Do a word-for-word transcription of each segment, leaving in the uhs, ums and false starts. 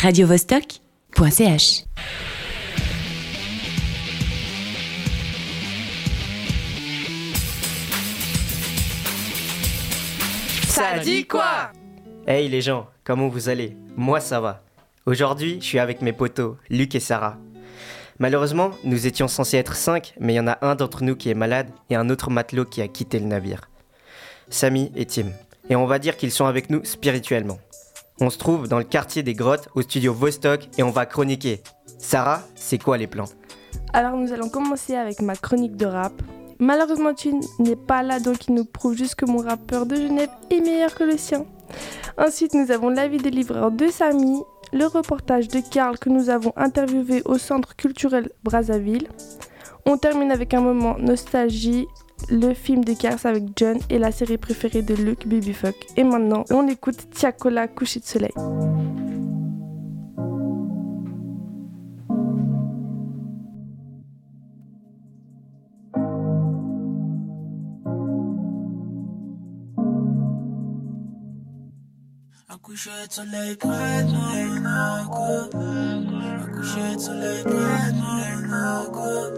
radio vostok point c h. Ça dit quoi? Hey les gens, comment vous allez? Moi ça va. Aujourd'hui, je suis avec mes potos, Luc et Sarah. Malheureusement, nous étions censés être cinq, mais il y en a un d'entre nous qui est malade et un autre matelot qui a quitté le navire. Samy et Tim. Et on va dire qu'ils sont avec nous spirituellement. On se trouve dans le quartier des Grottes, au studio Vostok, et on va chroniquer. Sarah, c'est quoi les plans? Alors nous allons commencer avec ma chronique de rap. Malheureusement tu n'es pas là, donc il nous prouve juste que mon rappeur de Genève est meilleur que le sien. Ensuite nous avons l'avis des livreurs de Samy, le reportage de Karl que nous avons interviewé au centre culturel Brazzaville. On termine avec un moment nostalgie, le film de Cars avec John et la série préférée de Luc, Baby Fuck. Et maintenant, on écoute Tiakola, coucher de soleil. Un coucher de soleil près de moi, un coup. Un coucher de soleil près de moi, un coup.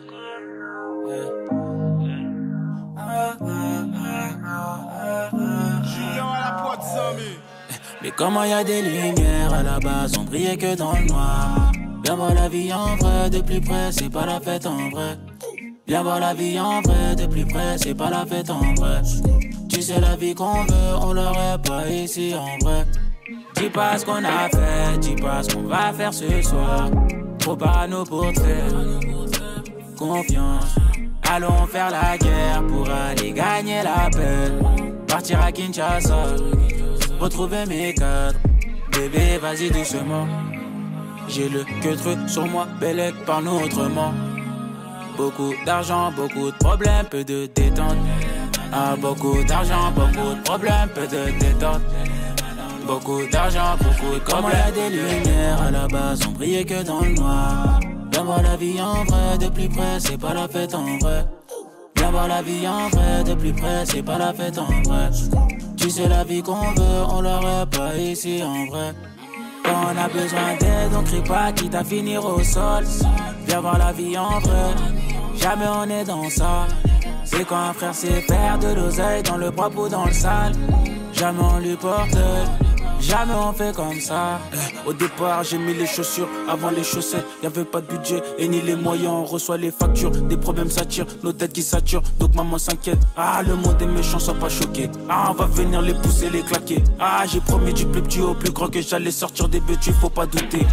Mais comment y a des lumières à la base, on brillait que dans le noir. Viens voir la vie en vrai, de plus près, c'est pas la fête en vrai. Viens voir la vie en vrai, de plus près, c'est pas la fête en vrai. Tu sais la vie qu'on veut, on l'aurait pas ici en vrai. Dis pas ce qu'on a fait, dis pas ce qu'on va faire ce soir. Trop parano pour te faire confiance. Allons faire la guerre pour aller gagner la paix. Partir à Kinshasa, retrouver mes cadres. Bébé, vas-y doucement. J'ai le que truc sur moi, Bellec, parle-nous autrement. Beaucoup d'argent, beaucoup de problèmes, peu de détente. Ah, beaucoup d'argent, beaucoup de problèmes, peu de détente. Beaucoup d'argent, beaucoup de problèmes. Comment y'a des lumières à la base, on brillait que dans le noir. Viens voir la vie en vrai, de plus près, c'est pas la fête en vrai. Viens voir la vie en vrai, de plus près, c'est pas la fête en vrai. Tu sais la vie qu'on veut, on l'aurait pas ici en vrai. Quand on a besoin d'aide, on crie pas, quitte à finir au sol. Viens voir la vie en vrai, jamais on est dans ça. C'est quand un frère sait faire de l'oseille, dans le propre ou dans le sale. Jamais on lui porte, jamais on fait comme ça. Eh, au départ j'ai mis les chaussures avant les chaussettes. Y'avait pas de budget et ni les moyens, on reçoit les factures. Des problèmes s'attirent, nos têtes qui saturent. Donc maman s'inquiète, ah le monde est méchant, sois pas choqué. Ah on va venir les pousser, les claquer. Ah j'ai promis du plus petit au plus grand que j'allais sortir des bêtus, faut pas douter.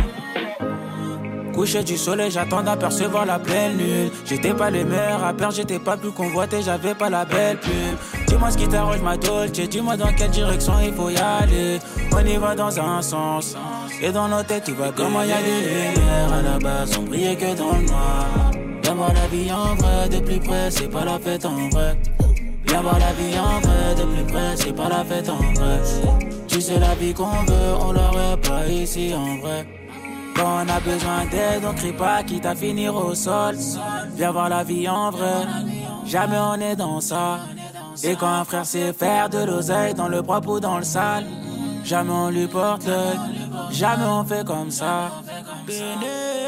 Coucher du soleil, j'attends d'apercevoir la pleine lune. J'étais pas le meilleur rappeur, j'étais pas plus convoité, j'avais pas la belle plume. Dis-moi ce qui t'arrange ma dolce, dis-moi dans quelle direction il faut y aller. On y va dans un sens, et dans nos têtes tout va bien. Comment y a des lumières à la base, on brillait que dans le noir. Viens voir la vie en vrai, de plus près, c'est pas la fête en vrai. Viens voir la vie en vrai, de plus près, c'est pas la fête en vrai. Tu sais la vie qu'on veut, on l'aurait pas ici en vrai. Quand on a besoin d'aide, on crie pas, quitte à finir au sol. Viens voir la vie en vrai, jamais on est dans ça. Et quand un frère sait faire de l'oseille, dans le propre ou dans le sale, jamais on lui porte l'œil, jamais on fait comme ça. Jamais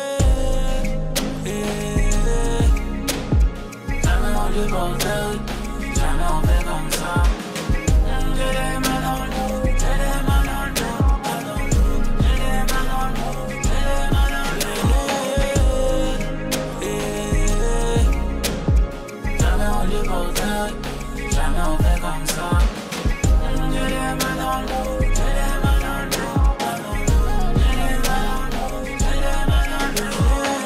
on lui porte l'œil, jamais on fait comme ça. J'ai les mains dans le dos, j'ai les mains dans le dos. J'ai les mains dans le dos, j'ai les mains dans le dos. Jamais on lui porte l'œil, jamais on fait comme ça. J'ai les mains dans le dos, j'ai les mains dans le dos. J'ai les mains dans le dos, j'ai les mains dans le dos.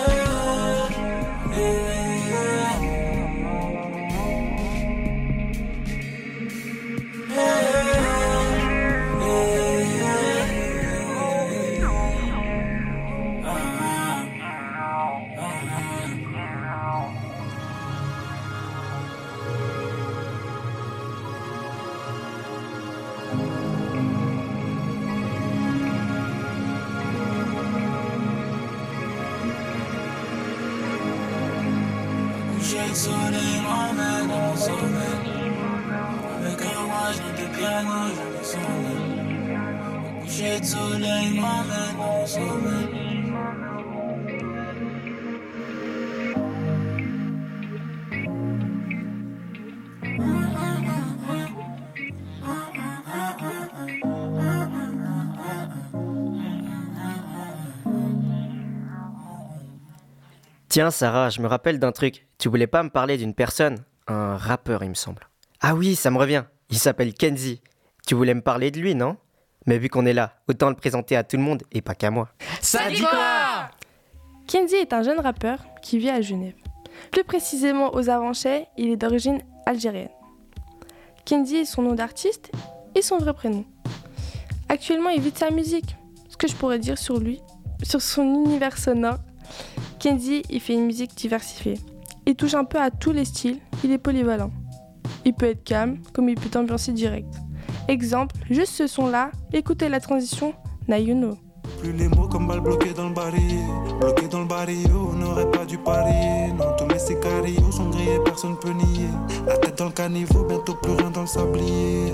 Coucher de soleil m'emmène dans mon sommeil. Avec un roi, je de piano, je me sommeil. coucher de soleil m'emmène au sommet. Tiens Sarah, je me rappelle d'un truc. Tu voulais pas me parler d'une personne? Un rappeur il me semble. Ah oui, ça me revient. Il s'appelle Kenzie. Tu voulais me parler de lui, non? Mais vu qu'on est là, autant le présenter à tout le monde et pas qu'à moi. Ça dit quoi? Kenzie est un jeune rappeur qui vit à Genève. Plus précisément aux Avanchais, il est d'origine algérienne. Kenzie est son nom d'artiste et son vrai prénom. Actuellement, il vit de sa musique. Ce que je pourrais dire sur lui, sur son univers sonore, Kenzie, il fait une musique diversifiée. Il touche un peu à tous les styles, il est polyvalent. Il peut être calme, comme il peut t'ambiancer direct. Exemple, juste ce son-là, écoutez la transition, Now You Know. Plus les mots comme balles bloquées dans le barillet. Bloqués dans le barrio, on n'aurait pas dû parier. Non, tous mes sicarios sont grillés, personne peut nier. La tête dans le caniveau, bientôt plus rien dans le sablier.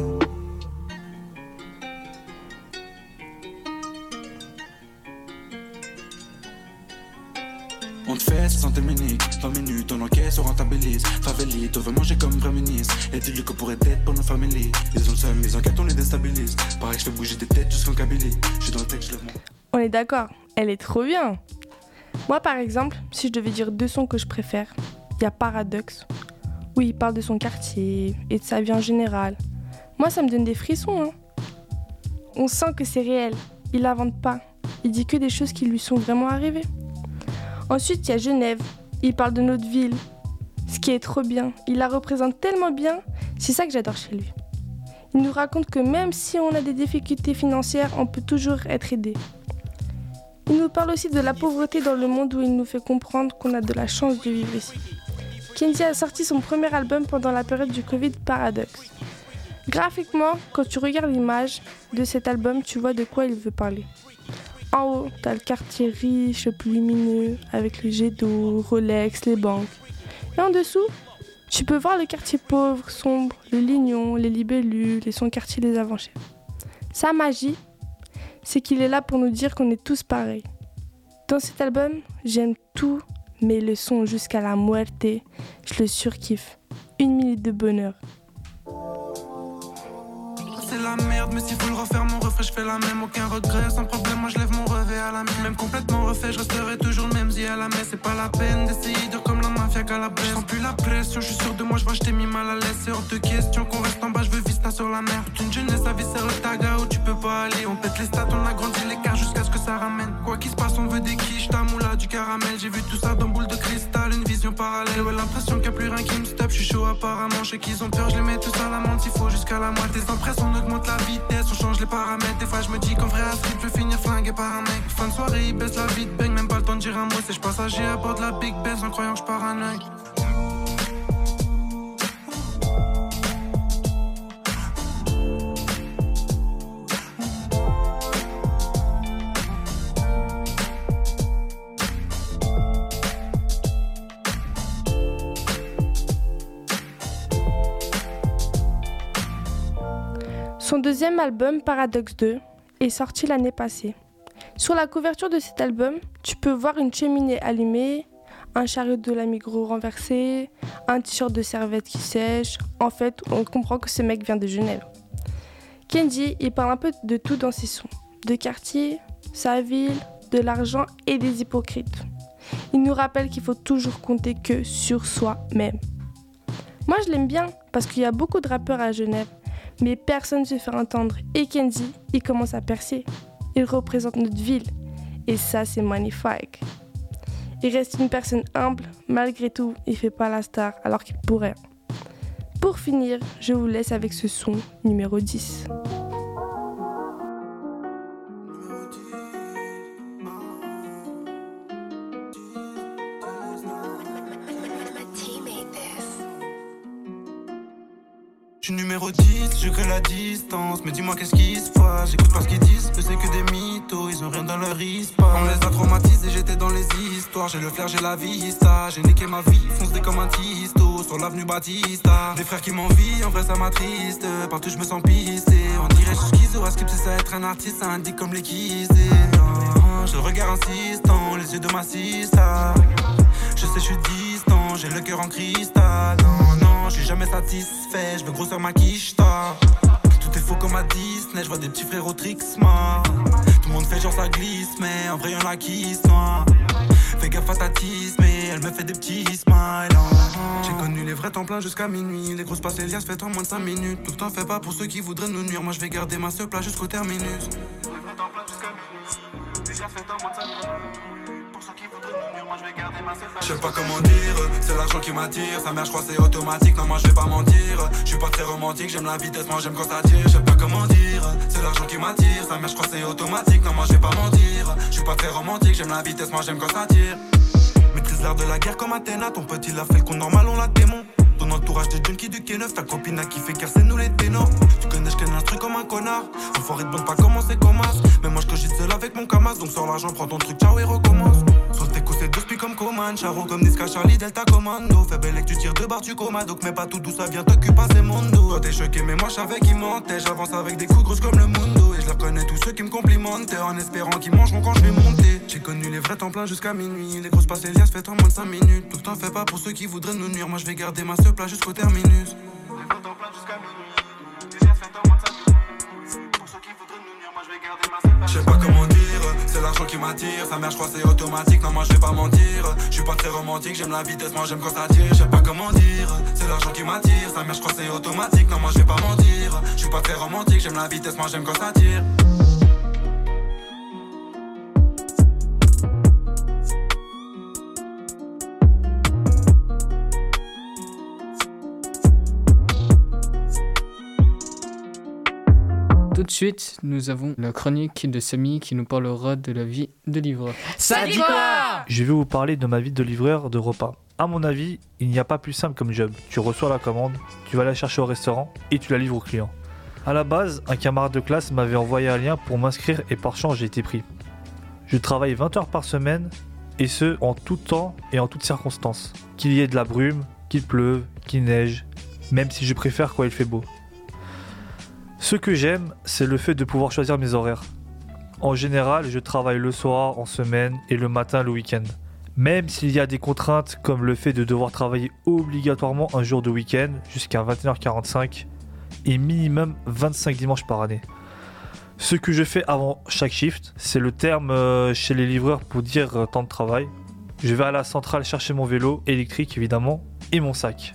On te fait soixante minutes, vingt minutes, on encaisse, on rentabilise. Favelite, on veut manger comme vrai ministre. Et dis-lui que pourrait être pour nos familles. Ils ont le seum, les enquêtes, on les déstabilise. Pareil que je fais bouger des têtes jusqu'en Kabylie. Je suis dans le texte, je lève mon... On est d'accord, elle est trop bien. Moi par exemple, si je devais dire deux sons que je préfère, il y a Paradoxe, où il parle de son quartier et de sa vie en général. Moi ça me donne des frissons. Hein. On sent que c'est réel, il n'invente pas. Il dit que des choses qui lui sont vraiment arrivées. Ensuite, il y a Genève. Il parle de notre ville, ce qui est trop bien. Il la représente tellement bien, c'est ça que j'adore chez lui. Il nous raconte que même si on a des difficultés financières, on peut toujours être aidé. Il nous parle aussi de la pauvreté dans le monde où il nous fait comprendre qu'on a de la chance de vivre ici. Kenzie a sorti son premier album pendant la période du Covid, Paradoxe. Graphiquement, quand tu regardes l'image de cet album, tu vois de quoi il veut parler. En haut, t'as le quartier riche, le plus lumineux, avec les jets d'eau, Rolex, les banques. Et en dessous, tu peux voir le quartier pauvre, sombre, le Lignon, les libellules et son quartier des Avanchais. Sa magie, c'est qu'il est là pour nous dire qu'on est tous pareils. Dans cet album, j'aime tout, mais le son jusqu'à la muerte, je le surkiffe. Une minute de bonheur. C'est la merde, mais s'il faut le refaire, mon refrain, je fais la même, aucun regret, sans problème, moi je lève mon revêt à la main. Même complètement refait, je resterai toujours le même, si à la messe, c'est pas la peine d'essayer dur comme la mafia qu'à la baisse. Je sens plus la pression, je suis sûr de moi, je vois, je t'ai mis mal à l'aise, c'est hors de question qu'on reste en bas, je veux vista sur la mer. Toute une jeunesse, la vie, c'est le taga où tu peux pas aller, on pète les stats, on agrandit l'écart jusqu'à ce que ça ramène. Quoi qu'il se passe, on veut des quiches, ta moula, du caramel, j'ai vu tout ça dans boule de cristal, une vision parallèle, ouais, l'impression qu'il y a plus rien qui me stoppe, je suis chaud apparemment, je sais qu'ils ont peur, je les mets tous à la menthe, s'il faut jusqu'à la moitié, sans presse, on augmente la vitesse, on change les paramètres. Des fois je me dis qu'en vrai à street je vais finir flingué par un mec. Fin de soirée il baisse la vie de bang, même pas le temps de dire un mot. C'est je passager à bord de la Big Benz en croyant que je paranoïe. Son deuxième album, Paradoxe deux, est sorti l'année passée. Sur la couverture de cet album, tu peux voir une cheminée allumée, un chariot de la Migros renversé, un t-shirt de Servette qui sèche. En fait, on comprend que ce mec vient de Genève. Kenzie, il parle un peu de tout dans ses sons. De quartier, sa ville, de l'argent et des hypocrites. Il nous rappelle qu'il faut toujours compter que sur soi-même. Moi, je l'aime bien parce qu'il y a beaucoup de rappeurs à Genève. Mais personne ne se fait entendre. Et Kenzie, il commence à percer. Il représente notre ville. Et ça, c'est magnifique. Il reste une personne humble. Malgré tout, il fait pas la star alors qu'il pourrait. Pour finir, je vous laisse avec ce son numéro dix. Je suis numéro dix, je crée la distance. Mais dis-moi qu'est-ce qui se passe, j'écoute pas ce qu'ils disent. Je sais que des mythos, ils ont rien dans leur histoire. On les a traumatisés, j'étais dans les histoires. J'ai le flair, j'ai la vista. J'ai niqué ma vie, foncé comme un tisto sur l'avenue Batista. Des frères qui m'envient, en vrai ça m'attriste. Partout je me sens pisté. On dirait je suis schizo, à script c'est ça être un artiste, ça indique comme les kissés. J'ai le regard insistant, les yeux de ma sista. Je sais je suis distant, j'ai le cœur en cristal. Non, non, je suis jamais satisfait, je veux grossir ma quicheta. Tout est faux comme à Disney, je vois des petits frères au Trixma. Tout le monde fait genre ça glisse, mais en vrai y'en a qui se noient. Fais gaffe à ta tisse, mais elle me fait des petits smiles. J'ai connu les vrais temps pleins jusqu'à minuit. Les grosses passes, les liasses faites en moins de cinq minutes. Tout le temps fait pas pour ceux qui voudraient nous nuire. Moi je vais garder ma seule place jusqu'au terminus. Les vrais temps pleins jusqu'à minuit. Les liasses faites en moins de cinq minutes. Pour ceux qui voudraient nous nuire, moi je vais garder ma seule place. Je sais pas comment dire, c'est l'argent qui m'attire. Sa mère je crois c'est automatique, non moi je vais pas mentir. Je suis pas très romantique, j'aime la vitesse, moi j'aime quand ça tire. Je sais pas comment dire, c'est l'argent qui m'attire. Sa mère je crois c'est automatique, non moi je vais pas mentir. Je suis pas très romantique, j'aime la vitesse, moi j'aime quand ça tire. Maîtrise l'art de la guerre comme Athéna. Ton petit l'a fait le con normal, on l'a démon. Ton entourage de junkies du K neuf. Ta copine a kiffé car c'est nous les ténors. Tu connais, je connais un truc comme un connard. Enfoiré de bonne pas commencer comme as. Mais moi je cogite seul avec mon camas. Donc sors l'argent, prends ton truc, ciao et recommence. Sur tes coups c'est deux spi comme Coman. Charo comme Niska, Charlie, Delta Commando. Fais belle et que tu tires deux barres, tu comas. Donc mets pas tout d'où ça vient, t'occupe pas c'est mon dos. Toi t'es choqué mais moi je savais qu'ils mentaient. J'avance avec des coups grosses comme le mundo. Et je leur connais tous ceux qui me complimentent. En espérant qu'ils mangeront quand je vais monter. J'ai connu les vrais temps pleins jusqu'à minuit. Les grosses passes et liasses faites en moins de cinq minutes. Tout le temps fait pas pour ceux qui voudraient nous nuire. Moi je vais garder ma seule place jusqu'au terminus. Les vrais temps pleins jusqu'à minuit. Les liasses faites en moins de cinq minutes. Pour ceux qui voudraient nous nuire, moi je vais garder ma seule place. Je sais pas comment dire, c'est l'argent qui m'attire. Sa mère je crois c'est automatique, non moi je vais pas mentir. Je suis pas très romantique, j'aime la vitesse, moi j'aime quand ça tire. Je sais pas comment dire, c'est l'argent qui m'attire. Sa mère je crois c'est automatique, non moi je vais pas mentir. Je suis pas très romantique, j'aime la vitesse, moi j'aime quand ça tire. Tout de suite, nous avons la chronique de Samy qui nous parlera de la vie de livreur. Ça dit quoi ? Je vais vous parler de ma vie de livreur de repas. À mon avis, il n'y a pas plus simple comme job. Tu reçois la commande, tu vas la chercher au restaurant et tu la livres au client. À la base, un camarade de classe m'avait envoyé un lien pour m'inscrire et par chance j'ai été pris. Je travaille vingt heures par semaine et ce, en tout temps et en toutes circonstances. Qu'il y ait de la brume, qu'il pleuve, qu'il neige, même si je préfère quand il fait beau. Ce que j'aime, c'est le fait de pouvoir choisir mes horaires. En général, je travaille le soir, en semaine et le matin le week-end. Même s'il y a des contraintes comme le fait de devoir travailler obligatoirement un jour de week-end jusqu'à vingt et une heures quarante-cinq et minimum vingt-cinq dimanches par année. Ce que je fais avant chaque shift, c'est le terme euh, chez les livreurs pour dire euh, temps de travail. Je vais à la centrale chercher mon vélo, électrique évidemment, et mon sac.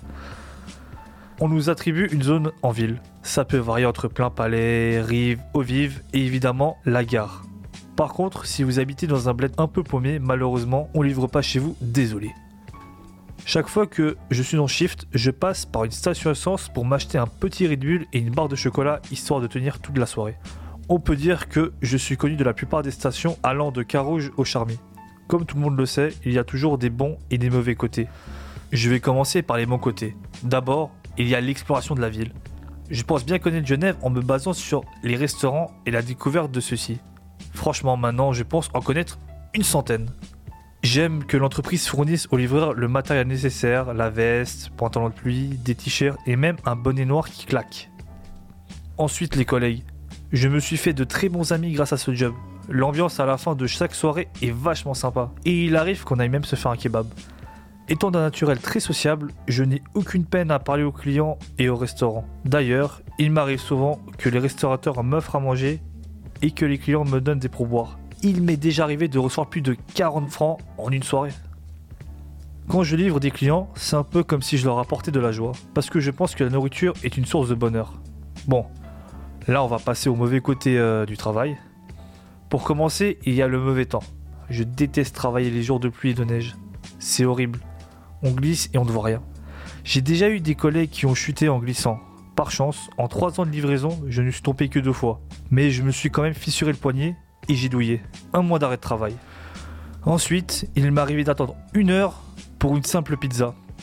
On nous attribue une zone en ville. Ça peut varier entre plein palais, rive, eau vive et évidemment la gare. Par contre, si vous habitez dans un bled un peu paumé, malheureusement, on livre pas chez vous, désolé. Chaque fois que je suis en shift, je passe par une station essence pour m'acheter un petit Red Bull et une barre de chocolat histoire de tenir toute la soirée. On peut dire que je suis connu de la plupart des stations allant de Carouge au Charmy. Comme tout le monde le sait, il y a toujours des bons et des mauvais côtés. Je vais commencer par les bons côtés. D'abord, il y a l'exploration de la ville. Je pense bien connaître Genève en me basant sur les restaurants et la découverte de ceux-ci. Franchement, maintenant, je pense en connaître une centaine. J'aime que l'entreprise fournisse aux livreurs le matériel nécessaire, la veste, pantalon de pluie, des t-shirts et même un bonnet noir qui claque. Ensuite, les collègues. Je me suis fait de très bons amis grâce à ce job. L'ambiance à la fin de chaque soirée est vachement sympa. Et il arrive qu'on aille même se faire un kebab. Étant d'un naturel très sociable, je n'ai aucune peine à parler aux clients et au restaurant. D'ailleurs, il m'arrive souvent que les restaurateurs m'offrent à manger et que les clients me donnent des pourboires. Il m'est déjà arrivé de recevoir plus de quarante francs en une soirée. Quand je livre des clients, c'est un peu comme si je leur apportais de la joie, parce que je pense que la nourriture est une source de bonheur. Bon, là on va passer au mauvais côté euh, du travail. Pour commencer, il y a le mauvais temps. Je déteste travailler les jours de pluie et de neige. C'est horrible. On glisse et on ne voit rien. J'ai déjà eu des collègues qui ont chuté en glissant. Par chance, en trois ans de livraison, je ne suis tombé que deux fois. Mais je me suis quand même fissuré le poignet et j'ai douillé. Un mois d'arrêt de travail. Ensuite, il m'est arrivé d'attendre une heure pour une simple pizza.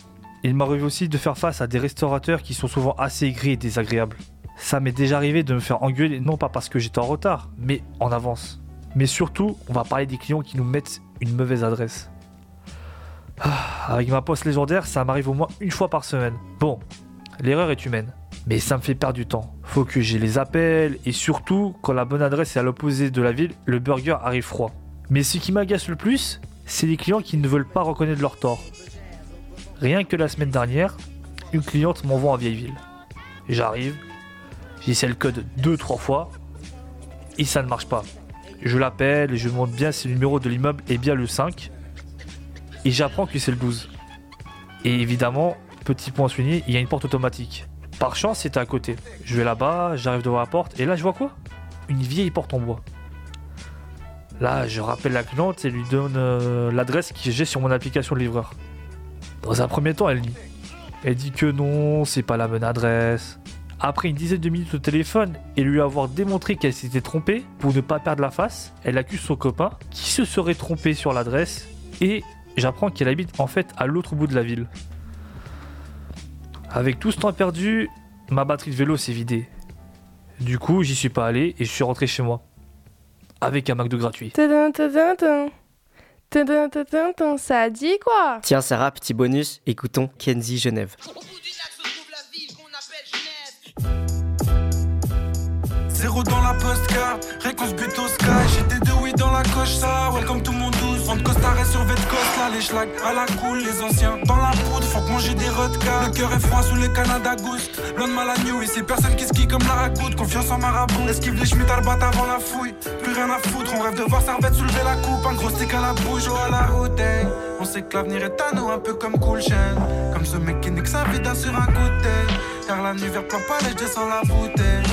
Il m'arrive aussi de faire face à des restaurateurs qui sont souvent assez aigris et désagréables. Ça m'est déjà arrivé de me faire engueuler, non pas parce que j'étais en retard, mais en avance. Mais surtout, on va parler des clients qui nous mettent une mauvaise adresse. Ah, avec ma poste légendaire, ça m'arrive au moins une fois par semaine. Bon, l'erreur est humaine, mais ça me fait perdre du temps. Faut que j'ai les appels, et surtout, quand la bonne adresse est à l'opposé de la ville, le burger arrive froid. Mais ce qui m'agace le plus, c'est les clients qui ne veulent pas reconnaître leur tort. Rien que la semaine dernière, une cliente m'envoie en vieille ville. J'arrive, j'essaie le code deux trois fois, et ça ne marche pas. Je l'appelle et je demande bien si le numéro de l'immeuble est bien le cinq, et j'apprends que c'est le douze. Et évidemment, petit point souligné, il y a une porte automatique. Par chance, c'était à côté. Je vais là-bas, j'arrive devant la porte, et là je vois quoi ? Une vieille porte en bois. Là, je rappelle la cliente et lui donne euh, l'adresse que j'ai sur mon application de livreur. Dans un premier temps, elle nie. Elle dit que non, c'est pas la bonne adresse. Après une dizaine de minutes au téléphone et lui avoir démontré qu'elle s'était trompée pour ne pas perdre la face, elle accuse son copain qui se serait trompé sur l'adresse et j'apprends qu'elle habite en fait à l'autre bout de la ville. Avec tout ce temps perdu, ma batterie de vélo s'est vidée. Du coup, j'y suis pas allé et je suis rentré chez moi. Avec un McDo gratuit. Tadam, tadam, tadam. Tadam, tadam, tadam. Ça a dit quoi ? Tiens Sarah, petit bonus, écoutons Kenzie Genève. Zéro dans la postcard, réponse but au sky. J'ai des deux oui dans la coche, ça, welcome tout mon douce. Entre costard et sur Vetcost, là les schlags à la cool, les anciens dans la poudre, faut que manger des rodkas. Le cœur est froid sous les Canada Goose. Loin de Malagnou, ici personne qui skie comme la racoute. Confiance en marabout, esquive les schmitt arbat avant la fouille. Plus rien à foutre, on rêve de voir Servette soulever la coupe. Un gros stick à la bouche, oh à la route, hey. On sait que l'avenir est à nous, un peu comme Cool Chain. Comme ce mec qui nique sa vie d'un sur un coup de tête. Car la nuit vers plein palais, je descends la bouteille.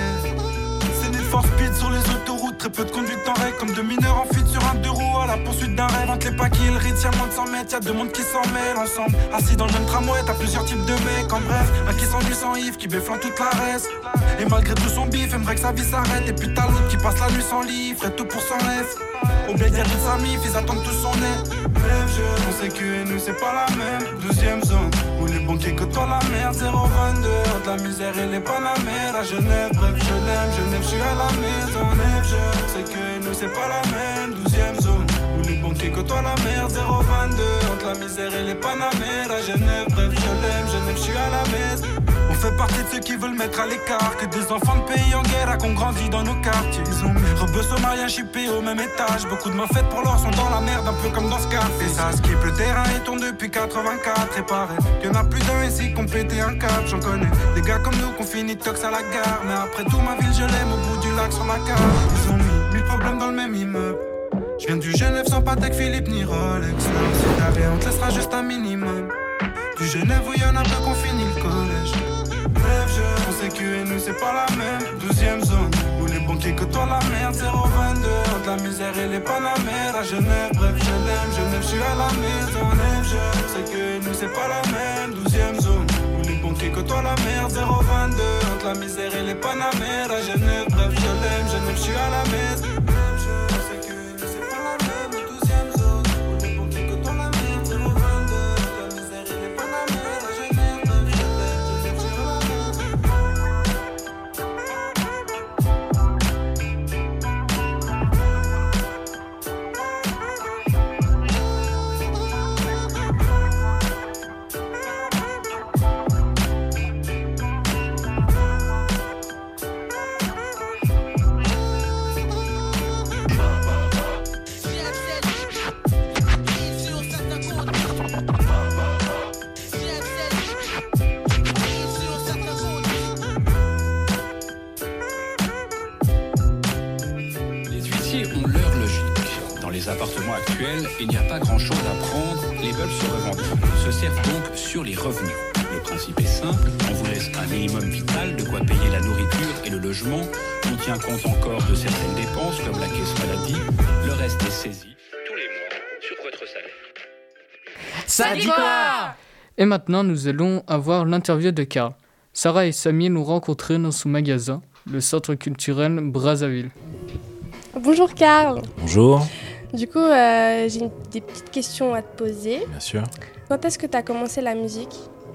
Force speed sur les autoroutes, très peu de conduite en règle. Comme deux mineurs en fuite sur un deux roues à la poursuite d'un rêve. Entre les paquets et le rythme, y'a moins de cent mètres, y'a deux mondes qui s'en mêlent ensemble. Assis dans le même tramway, t'as plusieurs types de mecs. En bref, un qui s'ennuie sans Yves, qui béflant toute la reste. Et malgré tout son bif, aimerait que sa vie s'arrête. Et puis t'as l'autre qui passe la nuit sans lit, ferait tout pour s'en laisse. Au bled y'a toute sa mif, ils attendent tous son nez. Bref, je, on sait que nous c'est pas la même. Douzième zone, où les banquiers côtoient la merde. Zéro vingt-deux, entre la misère et les panamères. À Genève, bref, je l'aime, Genève, je suis à la maison. Neuf, je sais que nous c'est pas la même. Douzième zone, où les banquiers côtoient la merde. Zéro vingt-deux, entre la misère et les panamères. À Genève, bref, je l'aime, Genève, je suis à la maison. On fait partie de ceux qui veulent mettre à l'écart. Que des enfants de pays en guerre, qu'on grandit dans nos quartiers. Ils ont mis rebeux somaliens chippés au même étage. Beaucoup de mains faites pour l'or sont dans la merde, un peu comme dans ce café. Et ça skip, le terrain est tourne depuis quatre-vingt-quatre. Et pareil, y'en a plus d'un ici qu'on pété un cap. J'en connais des gars comme nous qu'on finit tox à la gare. Mais après tout, ma ville, je l'aime au bout du lac sur ma carte. Ils ont mis mille problèmes dans le même immeuble. Je viens du Genève sans Patek Philippe ni Rolex. Non, si t'as rien, on te laissera juste un minimum. Du Genève où y'en a peu qu'on finit le collège. Bref, je, on sait que nous c'est pas la même. Douzième zone, où les banquiers côtoient la merde. Zéro vingt-deux, entre la misère et les panamères. À Genève, bref, je l'aime, Genève, je suis à la maison. Neuf, je sais que nous c'est pas la même. Douzième zone, où les banquiers côtoient la merde. Zéro vingt-deux, entre la misère et les panamères. À Genève, bref, je l'aime, Genève, je suis à la maison. Neuf, je sais que nous c'est pas la même. Douzième zone, où les banquiers côtoient la merde. Zéro vingt-deux, entre la misère et les panamères. À Genève, bref, je l'aime, Genève, je suis à la maison. Appartements actuels, il n'y a pas grand-chose à prendre, les meubles sont revendus. Se servent donc sur les revenus. Le principe est simple, on vous laisse un minimum vital, de quoi payer la nourriture et le logement. On tient compte encore de certaines dépenses comme la caisse maladie. Le reste est saisi tous les mois sur votre salaire. Ça dit quoi ? Et maintenant, nous allons avoir l'interview de Karl. Sarah et Samy nous rencontrés dans son magasin, le centre culturel Brazzaville. Bonjour Karl. Bonjour. Du coup, euh, j'ai une- des petites questions à te poser. Bien sûr. Quand est-ce que tu as commencé la musique ?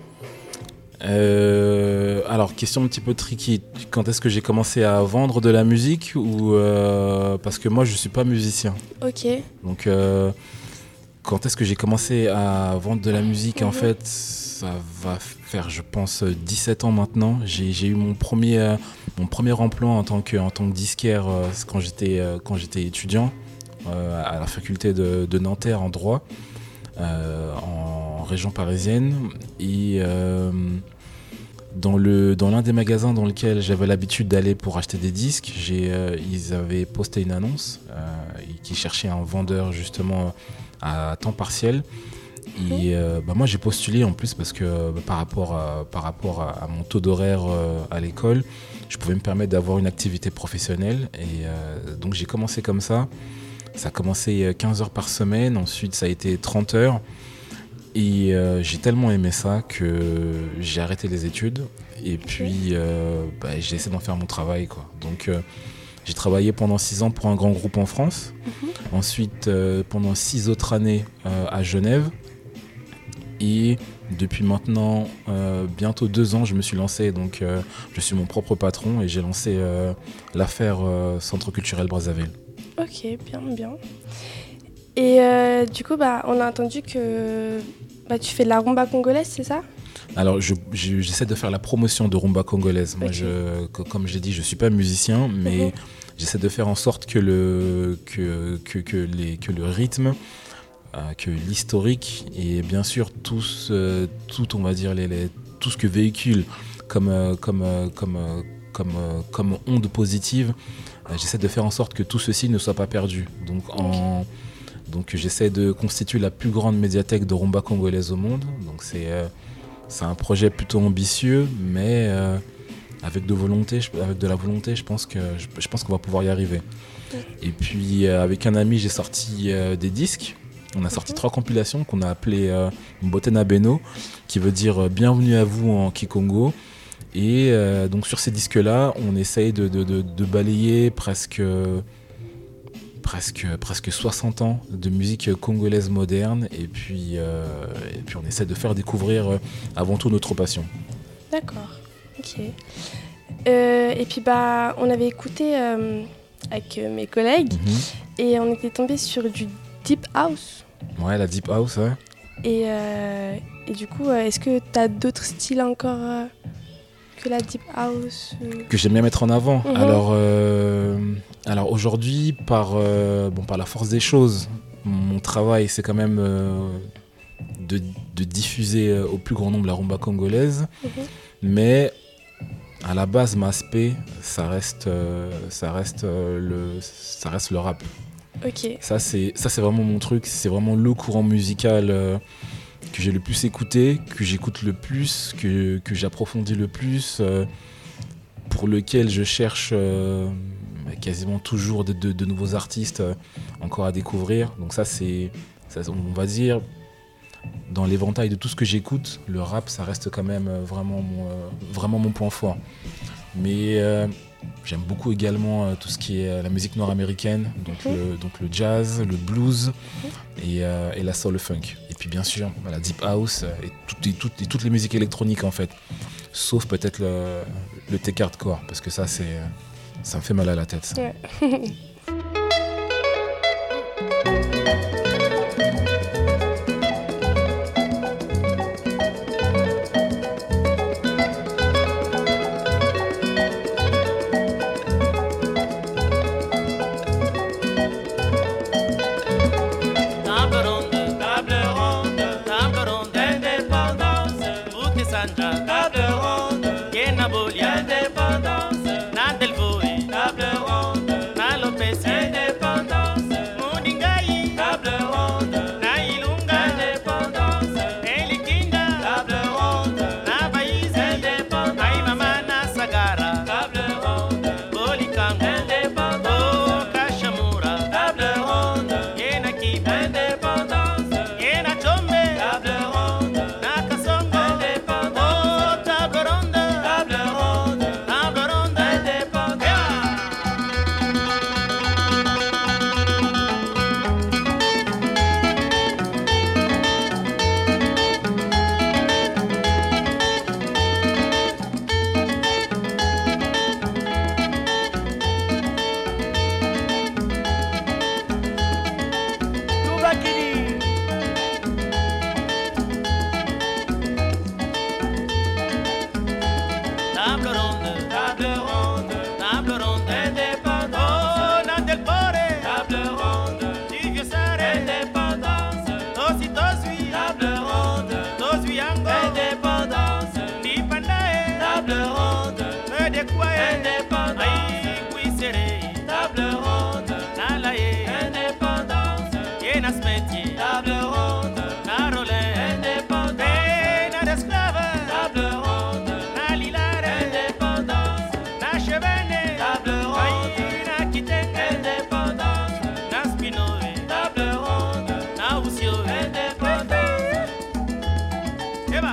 Euh, alors, question un petit peu tricky. Quand est-ce que j'ai commencé à vendre de la musique ou euh, parce que moi, je suis pas musicien. Ok. Donc, euh, quand est-ce que j'ai commencé à vendre de la musique ? En fait, ça va faire, je pense, dix-sept ans maintenant. J'ai, j'ai eu mon premier, euh, mon premier emploi en tant que, en tant que disquaire euh, quand j'étais, euh, quand j'étais étudiant euh, à la faculté de, de Nanterre en droit, euh, en région parisienne. Et euh, dans, le, dans l'un des magasins dans lequel j'avais l'habitude d'aller pour acheter des disques, j'ai, euh, ils avaient posté une annonce euh, qui cherchait un vendeur justement à temps partiel. Et euh, bah moi j'ai postulé en plus parce que bah, par rapport, à, par rapport à, à mon taux d'horaire euh, à l'école, je pouvais me permettre d'avoir une activité professionnelle. Et euh, donc j'ai commencé comme ça. Ça a commencé quinze heures par semaine, ensuite ça a été trente heures. Et euh, j'ai tellement aimé ça que j'ai arrêté les études. Et puis euh, bah, j'ai essayé d'en faire mon travail, quoi. Donc euh, j'ai travaillé pendant six ans pour un grand groupe en France. Mm-hmm. Ensuite, euh, pendant six autres années euh, à Genève. Et depuis maintenant euh, bientôt deux ans, je me suis lancé. Donc, euh, je suis mon propre patron et j'ai lancé euh, l'affaire euh, Centre culturel Brazzaville. Ok, bien, bien. Et euh, du coup, bah, on a entendu que bah, tu fais de la rumba congolaise, c'est ça ? Alors, je, je, j'essaie de faire la promotion de rumba congolaise. Moi, okay. je, comme je l'ai dit, je ne suis pas musicien, mais mm-hmm. j'essaie de faire en sorte que le, que, que, que les, que le rythme, euh, que l'historique et bien sûr tout, euh, tout, on va dire, les, les, tout ce que véhicule comme, euh, comme, euh, comme, euh, comme, euh, comme onde positive, euh, j'essaie de faire en sorte que tout ceci ne soit pas perdu. Donc, en... Okay. Donc j'essaie de constituer la plus grande médiathèque de rumba congolaise au monde. Donc c'est, euh, c'est un projet plutôt ambitieux, mais euh, avec de volonté, avec de la volonté, je pense que je, je pense qu'on va pouvoir y arriver. Et puis euh, avec un ami, j'ai sorti euh, des disques. On a sorti trois compilations qu'on a appelées euh, Mbotena Beno, qui veut dire euh, bienvenue à vous en Kikongo. Et euh, donc sur ces disques-là, on essaye de, de, de, de balayer presque. Euh, Presque, presque soixante ans de musique congolaise moderne et puis, euh, et puis on essaie de faire découvrir euh, avant tout notre passion. D'accord, ok. Euh, et puis bah, on avait écouté euh, avec euh, mes collègues mm-hmm. et on était tombé sur du Deep House. Ouais, la Deep House, ouais. Et, euh, et du coup, euh, est-ce que tu as d'autres styles encore euh, que la Deep House euh... Que j'aime bien mettre en avant. Mm-hmm. Alors... Euh... Alors aujourd'hui, par, euh, bon, par la force des choses, mon travail c'est quand même euh, de, de diffuser euh, au plus grand nombre la rumba congolaise, mmh. mais à la base, ma aspect, ça reste, euh, ça reste, euh, le, ça reste le rap. Okay. Ça, c'est, ça c'est vraiment mon truc, c'est vraiment le courant musical euh, que j'ai le plus écouté, que j'écoute le plus, que, que j'approfondis le plus, euh, pour lequel je cherche... Euh, quasiment toujours de, de, de nouveaux artistes euh, encore à découvrir. Donc ça, c'est, ça, on va dire, dans l'éventail de tout ce que j'écoute, le rap, ça reste quand même vraiment mon, euh, vraiment mon point fort. Mais euh, j'aime beaucoup également euh, tout ce qui est la musique nord-américaine, donc, mmh. le, donc le jazz, le blues mmh. et, euh, et la soul funk. Et puis bien sûr, la deep house et, tout, et, tout, et toutes les musiques électroniques en fait, sauf peut-être le, le tech hardcore, parce que ça, c'est... Ça me fait mal à la tête, ça. Ouais. Indépendance, Nadelvoe, table ronde, Nalopez. Bakini. Table ronde, table ronde, table ronde indépendante. Oh, Nandel Boré, table ronde, du vieux Saré, indépendance. Tosi Tosui, table ronde, Tosui Ango, indépendance. Nipandae, table ronde, me de quoi, indépendance. Aïe, oui, serré, table ronde, Nalaye, indépendance. Yenas métier, table ronde, Narolé, indépendance. N'a d'esclave, table ronde, Nalilare, indépendance. Na Chevene, table ronde, Na Kiteng, indépendance. Na Spinoé, table ronde, Na Oussio, indépendance. Eba.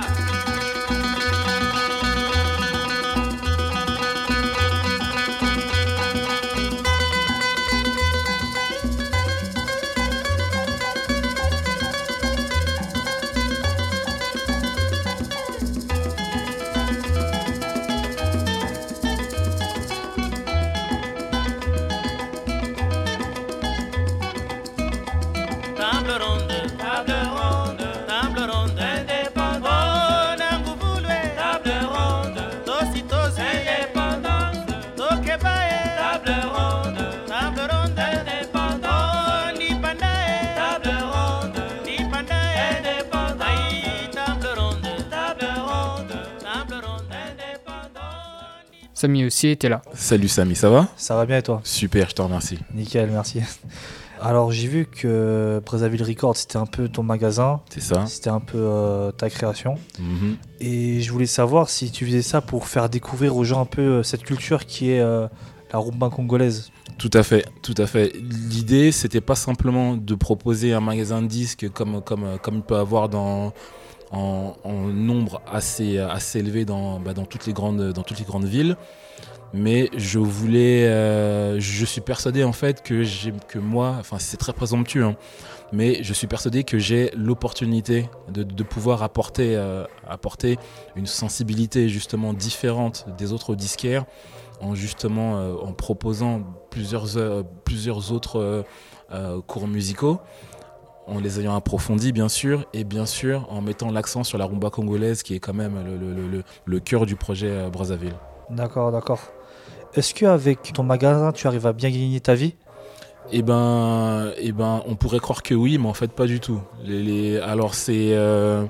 Table ronde, table ronde, table ronde indépendante. Oh, Nangouvouloué, table ronde, Tosi Tosi, indépendance. Tokebae, table ronde, table ronde indépendante. Oh, Nipandae, table ronde, Nipandae, indépendante. Aïe, table ronde, table ronde, table ronde indépendante. Samy aussi était là. Salut Samy, ça va? Ça va bien et toi? Super, je te remercie. Nickel, merci. Alors j'ai vu que Brazzaville Records c'était un peu ton magasin. C'est ça. C'était un peu euh, ta création. Mhm. Et je voulais savoir si tu faisais ça pour faire découvrir aux gens un peu euh, cette culture qui est euh, la rumba congolaise. Tout à fait, tout à fait. L'idée, c'était pas simplement de proposer un magasin de disques comme, comme, comme il peut avoir dans, en, en nombre assez, assez élevé dans, bah, dans, toutes les grandes, dans toutes les grandes villes. Mais je voulais, euh, je suis persuadé en fait que, j'ai, que moi, enfin c'est très présomptueux, hein, mais je suis persuadé que j'ai l'opportunité de, de pouvoir apporter, euh, apporter une sensibilité justement différente des autres disquaires en justement euh, en proposant plusieurs, euh, plusieurs autres euh, euh, cours musicaux, en les ayant approfondis bien sûr, et bien sûr en mettant l'accent sur la rumba congolaise qui est quand même le, le, le, le cœur du projet euh, Brazzaville. D'accord, d'accord. Est-ce qu'avec ton magasin, tu arrives à bien gagner ta vie? Eh ben, eh ben, on pourrait croire que oui, mais en fait pas du tout. Les, les, alors c'est euh,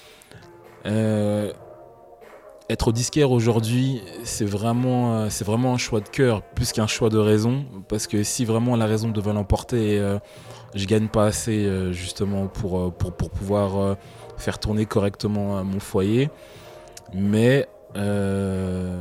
euh, être disquaire aujourd'hui, c'est vraiment, c'est vraiment un choix de cœur plus qu'un choix de raison, parce que si vraiment la raison devait l'emporter, euh, je gagne pas assez euh, justement pour, pour pour pouvoir euh, faire tourner correctement euh, mon foyer, mais euh,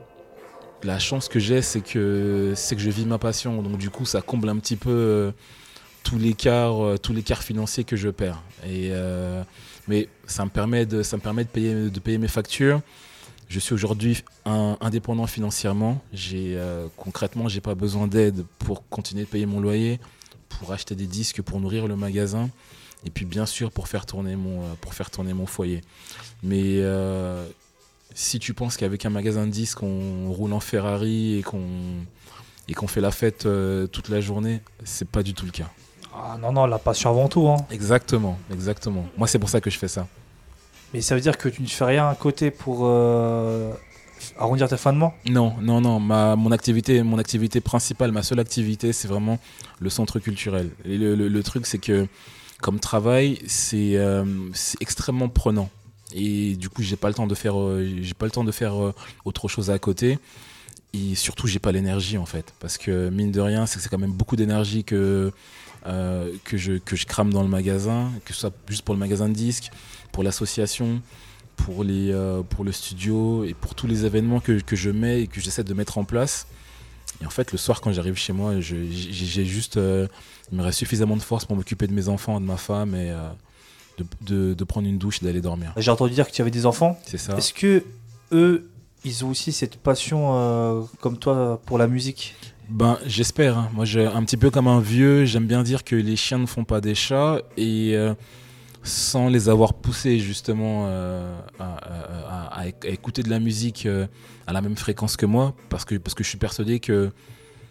la chance que j'ai, c'est que, c'est que je vis ma passion. Donc du coup, ça comble un petit peu euh, tous l'écart, euh, tous l'écart financier que je perds. Et, euh, mais ça me permet, de, ça me permet de, payer, de payer mes factures. Je suis aujourd'hui un, indépendant financièrement. J'ai, euh, concrètement, je n'ai pas besoin d'aide pour continuer de payer mon loyer, pour acheter des disques, pour nourrir le magasin. Et puis bien sûr, pour faire tourner mon, pour faire tourner mon foyer. Mais... Euh, si tu penses qu'avec un magasin de disques, on roule en Ferrari et qu'on, et qu'on fait la fête euh, toute la journée, c'est pas du tout le cas. Ah non, non, la passion avant tout. Hein. Exactement, exactement. Moi, c'est pour ça que je fais ça. Mais ça veut dire que tu ne fais rien à côté pour euh, arrondir tes fins de mois? Non, non, non. Ma, mon, activité, mon activité principale, ma seule activité, c'est vraiment le centre culturel. Et le, le, le truc, c'est que comme travail, c'est, euh, c'est extrêmement prenant. Et du coup, j'ai pas le temps de faire, euh, j'ai pas le temps de faire euh, autre chose à côté. Et surtout, j'ai pas l'énergie en fait, parce que mine de rien, c'est que c'est quand même beaucoup d'énergie que euh, que je que je crame dans le magasin, que ce soit juste pour le magasin de disques, pour l'association, pour les euh, pour le studio et pour tous les événements que que je mets et que j'essaie de mettre en place. Et en fait, le soir, quand j'arrive chez moi, je, j'ai, j'ai juste, euh, il me reste suffisamment de force pour m'occuper de mes enfants, de ma femme et euh, De, de, de prendre une douche et d'aller dormir. J'ai entendu dire que tu avais des enfants. C'est ça. Est-ce que eux, ils ont aussi cette passion euh, comme toi pour la musique? Ben, j'espère. Hein. Moi, j'ai un petit peu comme un vieux, j'aime bien dire que les chiens ne font pas des chats et euh, sans les avoir poussés justement euh, à, à, à, à écouter de la musique euh, à la même fréquence que moi, parce que, parce que je suis persuadé que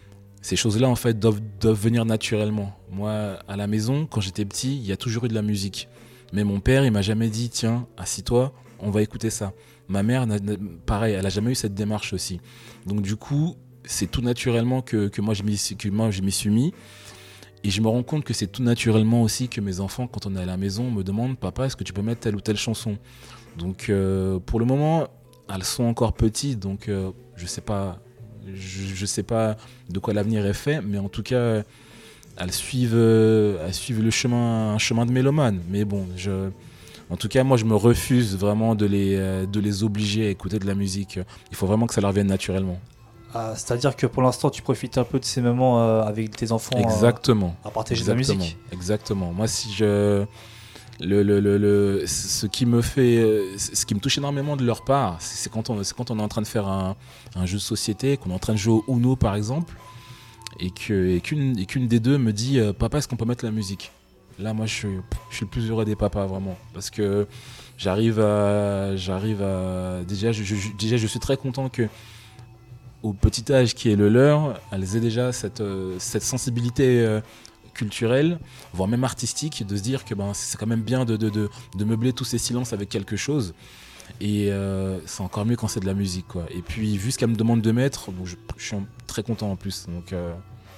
ces choses-là, en fait, doivent, doivent venir naturellement. Moi, à la maison, quand j'étais petit, il y a toujours eu de la musique. Mais mon père, il m'a jamais dit, tiens, assis-toi, on va écouter ça. Ma mère, pareil, elle a jamais eu cette démarche aussi. Donc du coup, c'est tout naturellement que, que, moi, je m'y, que moi je m'y suis mis. Et je me rends compte que c'est tout naturellement aussi que mes enfants, quand on est à la maison, me demandent, papa, est-ce que tu peux mettre telle ou telle chanson ? Donc euh, pour le moment, elles sont encore petites, donc euh, je sais pas, je, je sais pas de quoi l'avenir est fait, mais en tout cas, elles suivent, euh, elles suivent le chemin, un chemin de mélomane. Mais bon, je... En tout cas, moi, je me refuse vraiment de les, de les obliger à écouter de la musique. Il faut vraiment que ça leur vienne naturellement. Ah, c'est-à-dire que pour l'instant, tu profites un peu de ces moments euh, avec tes enfants. Exactement. Euh, à partager Exactement. de la musique. Exactement. Moi, si je... Le, le, le, le, ce qui me fait, ce qui me touche énormément de leur part, c'est quand on, c'est quand on est en train de faire un, un jeu de société, qu'on est en train de jouer au Uno, par exemple, et, que, et, qu'une, et qu'une des deux me dit « Papa, est-ce qu'on peut mettre la musique ?» Là, moi, je suis, je suis le plus heureux des papas, vraiment. Parce que j'arrive à... J'arrive à déjà, je, je, déjà, je suis très content que, au petit âge qui est le leur, elles aient déjà cette, cette sensibilité euh, culturelle, voire même artistique, de se dire que ben, c'est quand même bien de, de, de, de meubler tous ces silences avec quelque chose. Et euh, c'est encore mieux quand c'est de la musique, quoi. Et puis, vu ce qu'elle me demande de mettre, bon, je, je suis très content en plus. Donc... Euh,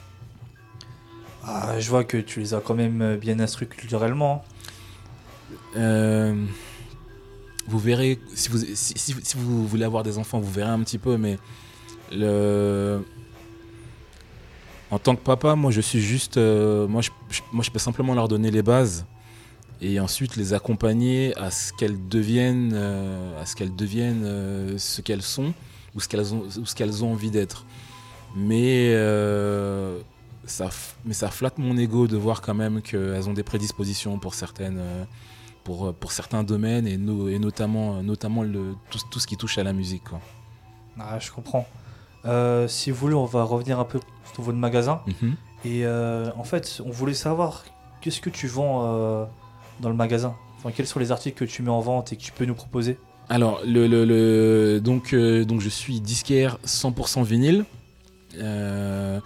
Ah, je vois que tu les as quand même bien instruits culturellement. Euh, vous verrez, si vous, si, si, si vous voulez avoir des enfants, vous verrez un petit peu, mais le... en tant que papa, moi je suis juste, euh, moi, je, je, moi je peux simplement leur donner les bases et ensuite les accompagner à ce qu'elles deviennent, euh, à ce qu'elles deviennent euh, ce qu'elles sont ou ce qu'elles ont, ou ce qu'elles ont envie d'être. Mais euh, Ça, mais ça flatte mon ego de voir quand même qu'elles ont des prédispositions pour, certaines, pour, pour certains domaines et, no, et notamment, notamment le, tout, tout ce qui touche à la musique, quoi. Ah, je comprends. Euh, si vous voulez, on va revenir un peu sur votre magasin. Mm-hmm. Et euh, en fait, on voulait savoir qu'est-ce que tu vends euh, dans le magasin. Enfin, quels sont les articles que tu mets en vente et que tu peux nous proposer ? Alors, le, le, le, donc, euh, donc je suis disquaire cent pour cent vinyle. Euh,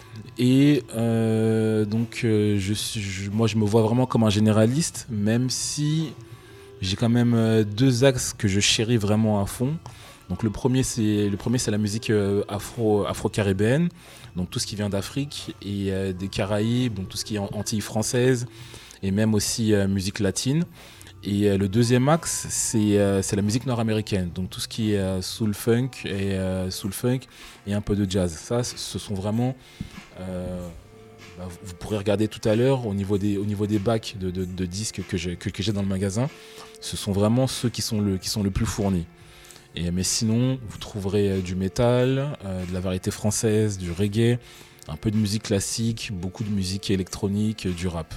Et euh, donc, euh, je, je, moi, je me vois vraiment comme un généraliste, même si j'ai quand même euh, deux axes que je chéris vraiment à fond. Donc, le premier, c'est, le premier, c'est la musique euh, afro, afro-caribéenne, donc tout ce qui vient d'Afrique et euh, des Caraïbes, donc tout ce qui est Antilles françaises et même aussi euh, musique latine. Et euh, le deuxième axe, c'est, euh, c'est la musique nord-américaine, donc tout ce qui est euh, soul funk et euh, soul funk et un peu de jazz. Ça, ce sont vraiment, euh, bah, vous pourrez regarder tout à l'heure au niveau des, au niveau des bacs de, de, de disques que j'ai, que, que j'ai dans le magasin. Ce sont vraiment ceux qui sont le, qui sont le plus fournis. Et, mais sinon, vous trouverez euh, du métal, euh, de la variété française, du reggae, un peu de musique classique, beaucoup de musique électronique, du rap.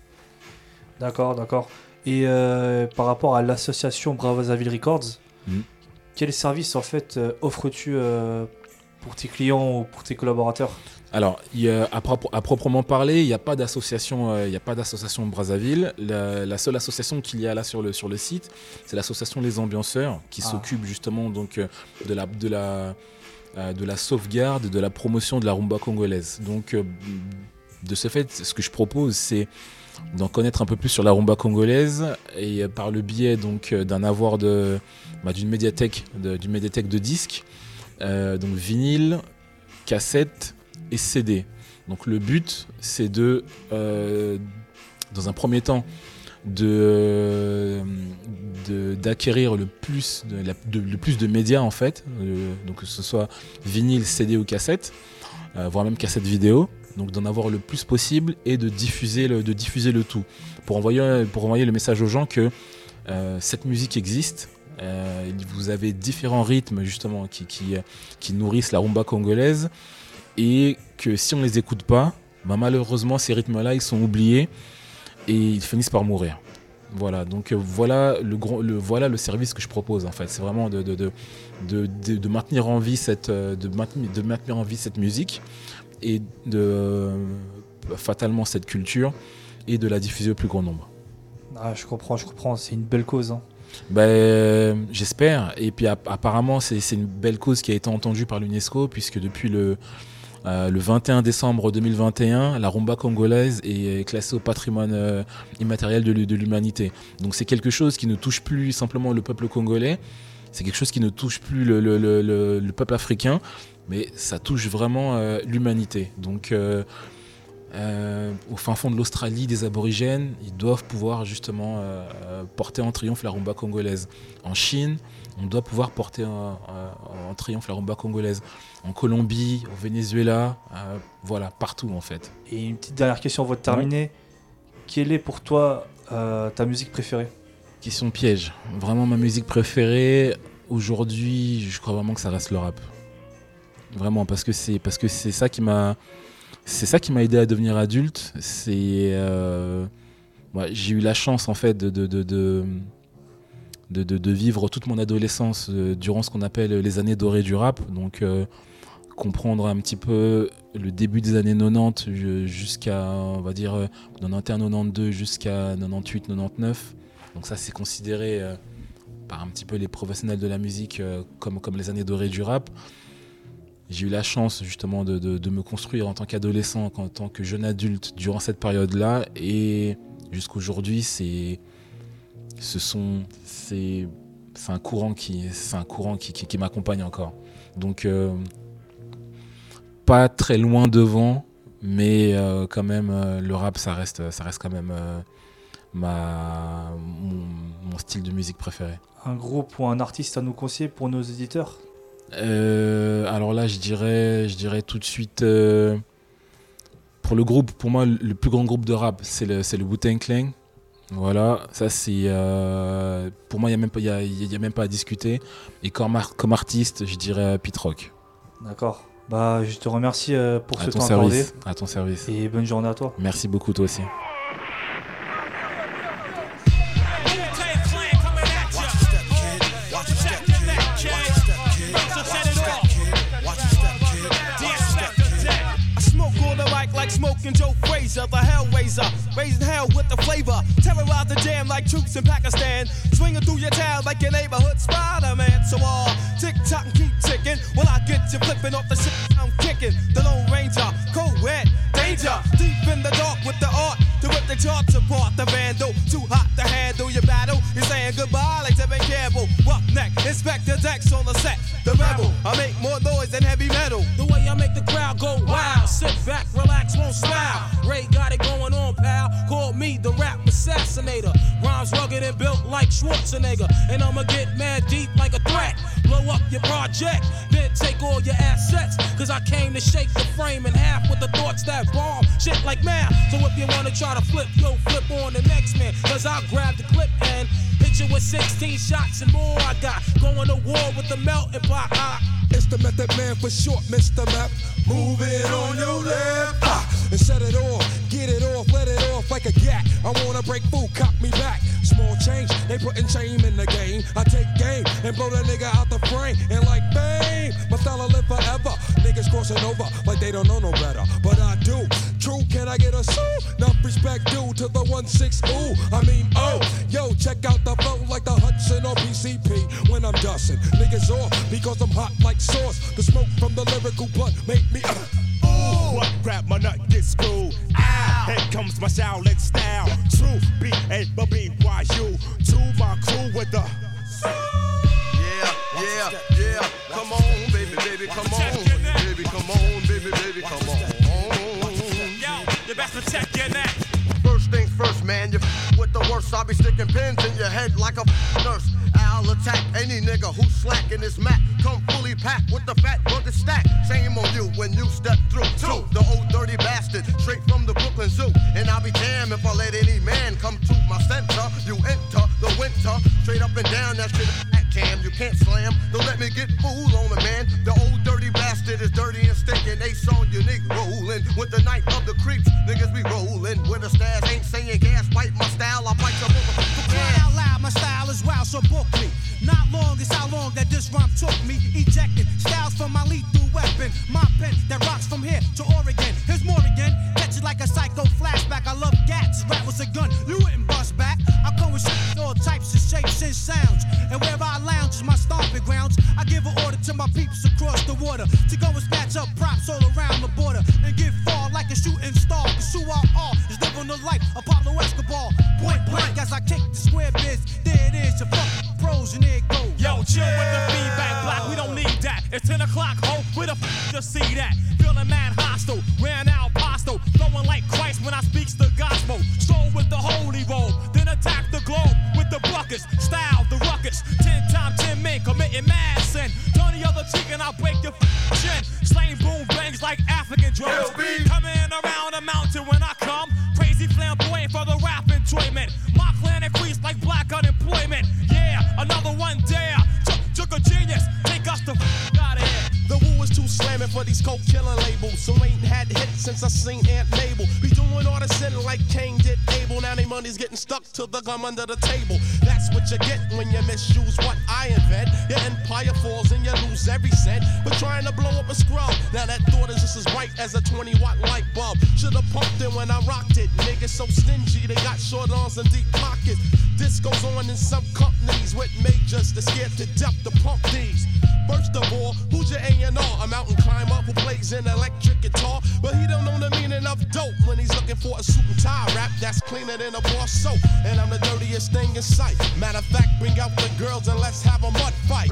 D'accord, d'accord. Et euh, par rapport à l'association Brazzaville Records, mmh. quel service en fait euh, offres-tu euh, pour tes clients ou pour tes collaborateurs ? Alors, y a, à, pro- à proprement parler, il n'y a pas d'association, euh, y a pas d'association Brazzaville. La, la seule association qu'il y a là sur le, sur le site, c'est l'association Les Ambianceurs, qui ah. s'occupe justement donc, de, la, de, la, euh, de la sauvegarde, de la promotion de la rumba congolaise. Donc, euh, de ce fait, ce que je propose, c'est d'en connaître un peu plus sur la rumba congolaise et par le biais donc d'un avoir de, bah, d'une médiathèque de, d'une médiathèque de disques, euh, donc vinyle, cassette et C D. Donc le but, c'est de, euh, dans un premier temps, de, de d'acquérir le plus de, la, de, le plus de médias en fait, euh, donc que ce soit vinyle, C D ou cassette, euh, voire même cassette vidéo. Donc d'en avoir le plus possible et de diffuser le, de diffuser le tout pour envoyer, pour envoyer le message aux gens que euh, cette musique existe. Euh, vous avez différents rythmes justement qui, qui, qui nourrissent la rumba congolaise et que si on ne les écoute pas, bah malheureusement ces rythmes-là ils sont oubliés et ils finissent par mourir. Voilà, donc euh, voilà, le gros, le, voilà le service que je propose en fait. C'est vraiment de, de, de, de, de, de, maintenir en vie cette, de, maintenir, de maintenir en vie cette musique et de euh, fatalement cette culture et de la diffuser au plus grand nombre. Ah, je comprends, je comprends, c'est une belle cause. Hein. Ben, j'espère. Et puis apparemment, c'est, c'est une belle cause qui a été entendue par l'UNESCO, puisque depuis le, Euh, le vingt et un décembre deux mille vingt et un, la rumba congolaise est classée au patrimoine euh, immatériel de, de l'humanité. Donc c'est quelque chose qui ne touche plus simplement le peuple congolais, c'est quelque chose qui ne touche plus le, le, le, le, le peuple africain, mais ça touche vraiment euh, l'humanité. Donc euh, euh, au fin fond de l'Australie, des aborigènes, ils doivent pouvoir justement euh, porter en triomphe la rumba congolaise. En Chine, on doit pouvoir porter en, en, en triomphe la rumba congolaise. En Colombie, au Venezuela, euh, voilà, partout en fait. Et une petite dernière question avant de terminer. Ouais. Quelle est pour toi euh, ta musique préférée ? Question piège. Vraiment ma musique préférée, aujourd'hui, je crois vraiment que ça reste le rap. Vraiment, parce que c'est, parce que c'est ça qui m'a... C'est ça qui m'a aidé à devenir adulte. C'est, euh, ouais, j'ai eu la chance en fait de, de, de, de, de, de, de vivre toute mon adolescence euh, durant ce qu'on appelle les années dorées du rap. Donc euh, comprendre un petit peu le début des années quatre-vingt-dix jusqu'à, on va dire, quatre-vingt-onze quatre-vingt-douze jusqu'à quatre-vingt-dix-huit quatre-vingt-dix-neuf. Donc ça, c'est considéré euh, par un petit peu les professionnels de la musique euh, comme, comme les années dorées du rap. J'ai eu la chance justement de, de, de me construire en tant qu'adolescent, en tant que jeune adulte durant cette période-là, et jusqu'aujourd'hui, c'est, ce sont, c'est, c'est un courant qui, c'est un courant qui, qui, qui m'accompagne encore. Donc, euh, pas très loin devant, mais euh, quand même, euh, le rap, ça reste, ça reste quand même euh, ma, mon, mon style de musique préféré. Un groupe ou un artiste à nous conseiller pour nos éditeurs ? Euh, alors là, je dirais, je dirais tout de suite, euh, pour le groupe, pour moi, le plus grand groupe de rap, c'est le, c'est le Wu-Tang Clan. Voilà, ça c'est, euh, pour moi, il n'y a même pas, il y a, il y a même pas à discuter. Et comme, ar- comme artiste, je dirais Pete Rock. D'accord. Bah, je te remercie euh, pour à ce ton temps service, accordé. à ton service. Et bonne journée à toi. Merci beaucoup, toi aussi. Like smoking Joe Frazier, the Hellraiser, raising hell with the flavor, terrorize the jam like troops in Pakistan, swinging through your town like your neighborhood Spider-Man. So all uh, tick tock and keep ticking, while I get you flipping off the shit I'm kicking. The Lone Ranger, co-ed, danger, deep in the dark with the art to rip the charts apart. The vandal, too hot to handle your battle. You're saying goodbye like Tevin Campbell. Roughneck, Inspector Dex on the set. The rebel, I make more noise than heavy metal. The way I make the crowd go wild, sit back, relax, won't smile. Ray got it going on, pal. Call me the rap assassinator. Rhymes rugged and built like Schwarzenegger, and I'ma get mad deep like a threat. Blow up your project, then take all your assets. Cause I came to shake the frame in half with the thoughts that bomb shit like math. So if you wanna try to flip, yo, flip on the next man. Cause I'll grab the clip and hit you with sixteen shots and more. I got going to war with the melting pot. I, It's the Method Man for short, Mister Map. Move it on your left ah, and set it off, get it off, let it off like a gat. I wanna break food, cop me back. Small change, they putting shame in the game. I take game and blow that nigga out the frame. And like bang, my style will live forever. Niggas crossing over like they don't know no better, but I do. True, can I get a sue? Enough respect due to the one six ooh. I mean, oh, yo, check out the flow like the Hudson or P C P. When I'm dusting, niggas off because I'm hot like sauce. The smoke from the lyrical blunt make me uh, ooh. What grab my nut get screwed? Ow. Here comes my Shaolin style. True, B A B Y U. To my crew with the yeah, yeah, yeah. Come on, baby, baby, come on, baby, come on, baby, baby, come on. yo, you best protect your neck. First things first, man, you f- with the worst. I'll be sticking pins in your head like a f- nurse. I'll attack any nigga who's slacking his mat. Come fully packed with the fat rugged stack. Shame on you when you step through. Two, the old dirty bastard, straight from the Brooklyn Zoo. And I'll be damned if I let any man come to my center. You enter the winter, straight up and down that shit. Cam, you can't slam. Don't let me get fooled on the man. The old dirty bastard is dirty and stinking. Ace on your nigga rolling with the night of the creeps. Niggas be rolling with a stash. Ain't saying gas. Bite my style. I bite your motherfucker. Cry out loud, my style is wild, so book me. Not long is how long that this rhyme took me. Ejecting styles from my lethal weapon. My pen that rocks from here to Oregon. Here's more again. Catch it like a psycho flashback. I love gats. Rap was a gun. You wouldn't bust back. I come with shit, all types of shapes and sounds. And wherever I lounge is my stomping grounds. I give an order to my peeps across the water to go and snatch up props all around the board. just see that. Feeling mad hostile, ran out postal, flowing like Christ when I speaks the gospel. Stroll with the holy robe, then attack the globe with the buckets. Style the ruckus, ten times ten men committing mad sin. Turn the other cheek and I'll break your f- chin. Slaying boom bangs like African drums. Coming around a mountain when I come. Crazy flamboyant for the rap enjoyment. My clan increased like black unemployment. Yeah, another one dare. Took a genius, take us the f- out of here. The woo is too slamming for these coke killing labels. So ain't had hits since I seen Aunt Mabel. Be doing all the sinning like Cain did Abel. Now they money's getting stuck to the gum under the table. That's what you get when you misuse what I invent. Your empire falls and you lose every cent. But trying to blow up a scrub, now that thought is just as bright as a twenty watt light bulb. Should've pumped it when I rocked it. Niggas so stingy, they got short arms and deep pockets. This goes on in some companies with majors that scared to death to pump these. First of all, who's your A and R? A mountain climber who plays an electric guitar, but he don't know the meaning of dope when he's looking for a suit and tie rap that's cleaner than a bar soap. And I'm the dirtiest thing in sight. Matter of fact, bring out the girls and let's have a mud fight.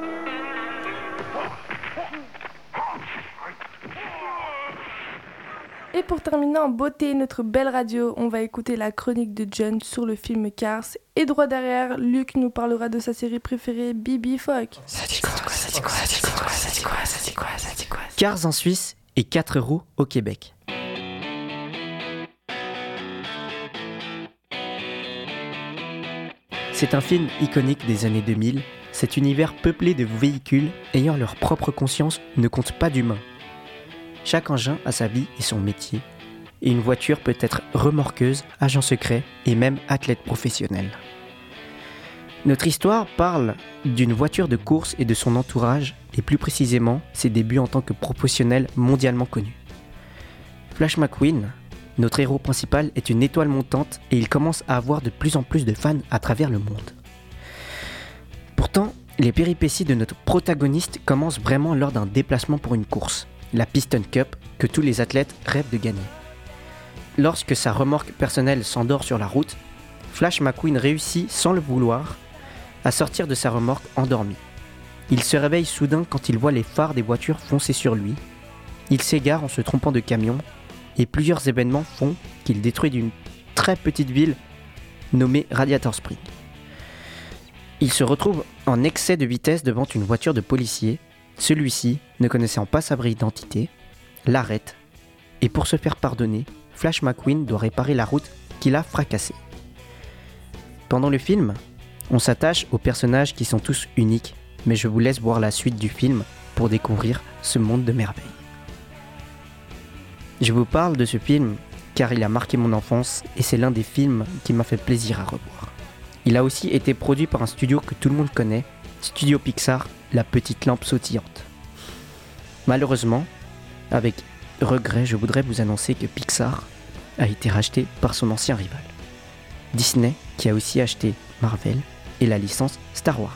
Et pour terminer en beauté notre belle radio, on va écouter la chronique de John sur le film Cars. Et droit derrière, Luc nous parlera de sa série préférée, Bibi Phoque. Ça dit quoi, ça dit quoi, ça dit quoi, ça dit quoi, ça dit quoi, ça dit quoi. Cars en Suisse et quatre roues au Québec. C'est un film iconique des années deux mille. Cet univers peuplé de véhicules ayant leur propre conscience ne compte pas d'humains. Chaque engin a sa vie et son métier, et une voiture peut être remorqueuse, agent secret et même athlète professionnel. Notre histoire parle d'une voiture de course et de son entourage, et plus précisément ses débuts en tant que professionnel mondialement connu. Flash McQueen, notre héros principal, est une étoile montante et il commence à avoir de plus en plus de fans à travers le monde. Pourtant, les péripéties de notre protagoniste commencent vraiment lors d'un déplacement pour une course, la Piston Cup, que tous les athlètes rêvent de gagner. Lorsque sa remorque personnelle s'endort sur la route, Flash McQueen réussit, sans le vouloir, à sortir de sa remorque endormi. Il se réveille soudain quand il voit les phares des voitures foncer sur lui. Il s'égare en se trompant de camion, et plusieurs événements font qu'il détruit une très petite ville nommée Radiator Springs. Il se retrouve en excès de vitesse devant une voiture de policier. Celui-ci, ne connaissant pas sa vraie identité, l'arrête, et pour se faire pardonner, Flash McQueen doit réparer la route qu'il a fracassée. Pendant le film, on s'attache aux personnages qui sont tous uniques, mais je vous laisse voir la suite du film pour découvrir ce monde de merveilles. Je vous parle de ce film car il a marqué mon enfance et c'est l'un des films qui m'a fait plaisir à revoir. Il a aussi été produit par un studio que tout le monde connaît, Studio Pixar, la petite lampe sautillante. Malheureusement, avec regret, je voudrais vous annoncer que Pixar a été racheté par son ancien rival, Disney, qui a aussi acheté Marvel et la licence Star Wars.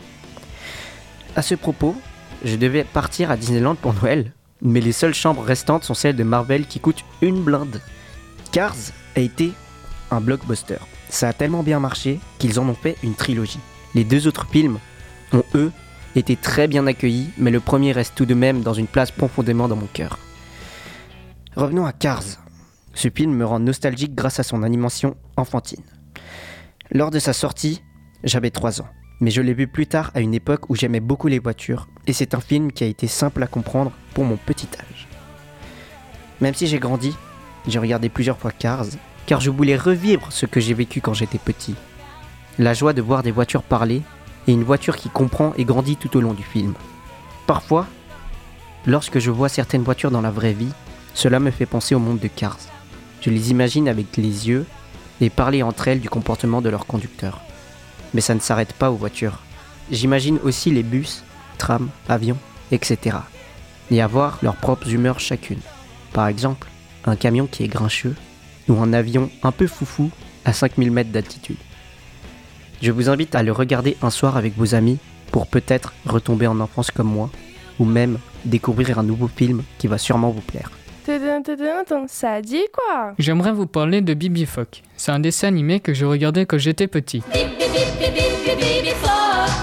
À ce propos, je devais partir à Disneyland pour Noël, mais les seules chambres restantes sont celles de Marvel qui coûtent une blinde. Cars a été un blockbuster. Ça a tellement bien marché qu'ils en ont fait une trilogie. Les deux autres films ont, eux, été très bien accueillis, mais le premier reste tout de même dans une place profondément dans mon cœur. Revenons à Cars. Ce film me rend nostalgique grâce à son animation enfantine. Lors de sa sortie, j'avais trois ans, mais je l'ai vu plus tard à une époque où j'aimais beaucoup les voitures, et c'est un film qui a été simple à comprendre pour mon petit âge. Même si j'ai grandi, j'ai regardé plusieurs fois Cars, car je voulais revivre ce que j'ai vécu quand j'étais petit. La joie de voir des voitures parler, et une voiture qui comprend et grandit tout au long du film. Parfois, lorsque je vois certaines voitures dans la vraie vie, cela me fait penser au monde de Cars. Je les imagine avec les yeux et parler entre elles du comportement de leur conducteur. Mais ça ne s'arrête pas aux voitures. J'imagine aussi les bus, trams, avions, et cetera. Et avoir leurs propres humeurs chacune. Par exemple, un camion qui est grincheux ou un avion un peu foufou à cinq mille mètres d'altitude. Je vous invite à le regarder un soir avec vos amis pour peut-être retomber en enfance comme moi ou même découvrir un nouveau film qui va sûrement vous plaire. Ça dit quoi? J'aimerais vous parler de Bibi Phoque. C'est un dessin animé que je regardais quand j'étais petit.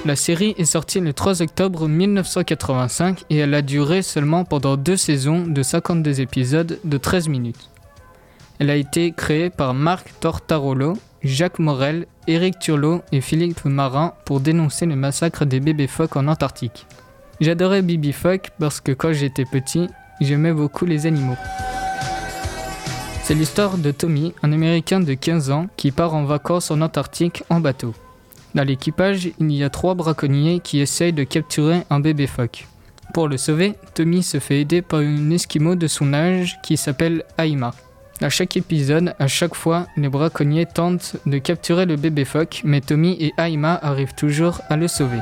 La série est sortie le trois octobre mille neuf cent quatre-vingt-cinq et elle a duré seulement pendant deux saisons de cinquante-deux épisodes de treize minutes. Elle a été créée par Marc Tortarolo, Jacques Morel, Éric Turlot et Philippe Marin pour dénoncer le massacre des bébés phoques en Antarctique. J'adorais Bibi Phoque parce que quand j'étais petit, j'aimais beaucoup les animaux. C'est l'histoire de Tommy, un Américain de quinze ans qui part en vacances en Antarctique en bateau. Dans l'équipage, il y a trois braconniers qui essayent de capturer un bébé phoque. Pour le sauver, Tommy se fait aider par une esquimau de son âge qui s'appelle Aïma. À chaque épisode, à chaque fois, les braconniers tentent de capturer le bébé phoque, mais Tommy et Aïma arrivent toujours à le sauver.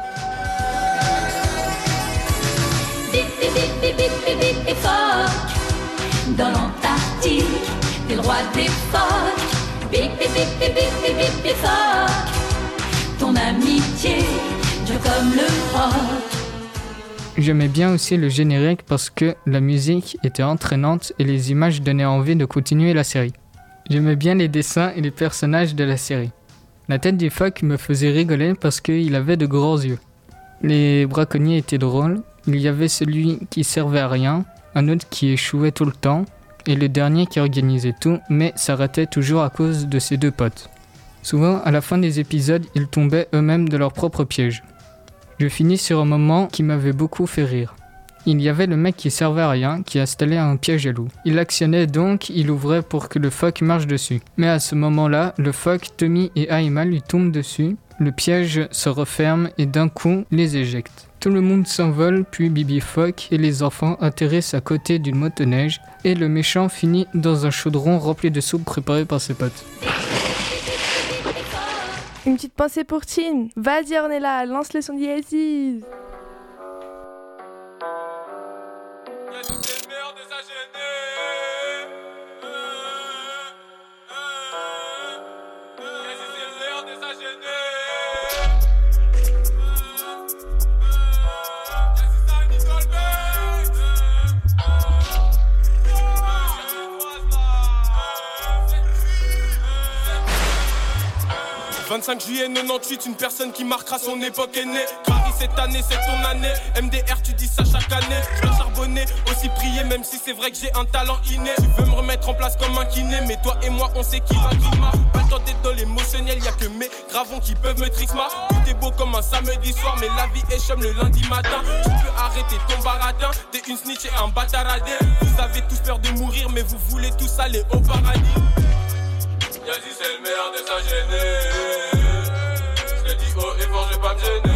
Bip, bip, bip, bip, bip, bip, bip, bip, phoque. Dans l'Antarctique, t'es le roi des phoques. Bip, bip, bip, bip, bip, bip, bip, bip, phoque. Ton amitié dure comme le roc. J'aimais bien aussi le générique parce que la musique était entraînante et les images donnaient envie de continuer la série. J'aimais bien les dessins et les personnages de la série. La tête du phoque me faisait rigoler parce qu'il avait de grands yeux. Les braconniers étaient drôles, il y avait celui qui servait à rien, un autre qui échouait tout le temps, et le dernier qui organisait tout mais s'arrêtait toujours à cause de ses deux potes. Souvent, à la fin des épisodes, ils tombaient eux-mêmes de leur propre piège. Je finis sur un moment qui m'avait beaucoup fait rire. Il y avait le mec qui servait à rien, qui installait un piège à loup. Il actionnait donc, il ouvrait pour que le phoque marche dessus. Mais à ce moment-là, le phoque, Tommy et Aïma lui tombent dessus, le piège se referme et d'un coup, les éjecte. Tout le monde s'envole, puis Bibi Phoque et les enfants atterrissent à côté d'une motoneige et le méchant finit dans un chaudron rempli de soupe préparée par ses potes. Une petite pensée pour Chin. Vas-y Ornella, lance le son d'Yeziz. vingt-cinq juillet quatre-vingt-dix-huit, une personne qui marquera son époque est née. Paris cette année, c'est ton année. M D R, tu dis ça chaque année. Je dois charbonner, aussi prier, même si c'est vrai que j'ai un talent inné. Tu veux me remettre en place comme un kiné, mais toi et moi, on sait qui va qui m'a. Pas le temps d'être dans l'émotionnel, y'a que mes gravons qui peuvent me trisma. Tout est beau comme un samedi soir, mais la vie est chum le lundi matin. Tu peux arrêter ton baratin, t'es une snitch et un bataradé. Vous avez tous peur de mourir, mais vous voulez tous aller au paradis. Yazi c'est le meilleur de sa gênée. Je le dis haut et fort, je vais pas me gêner.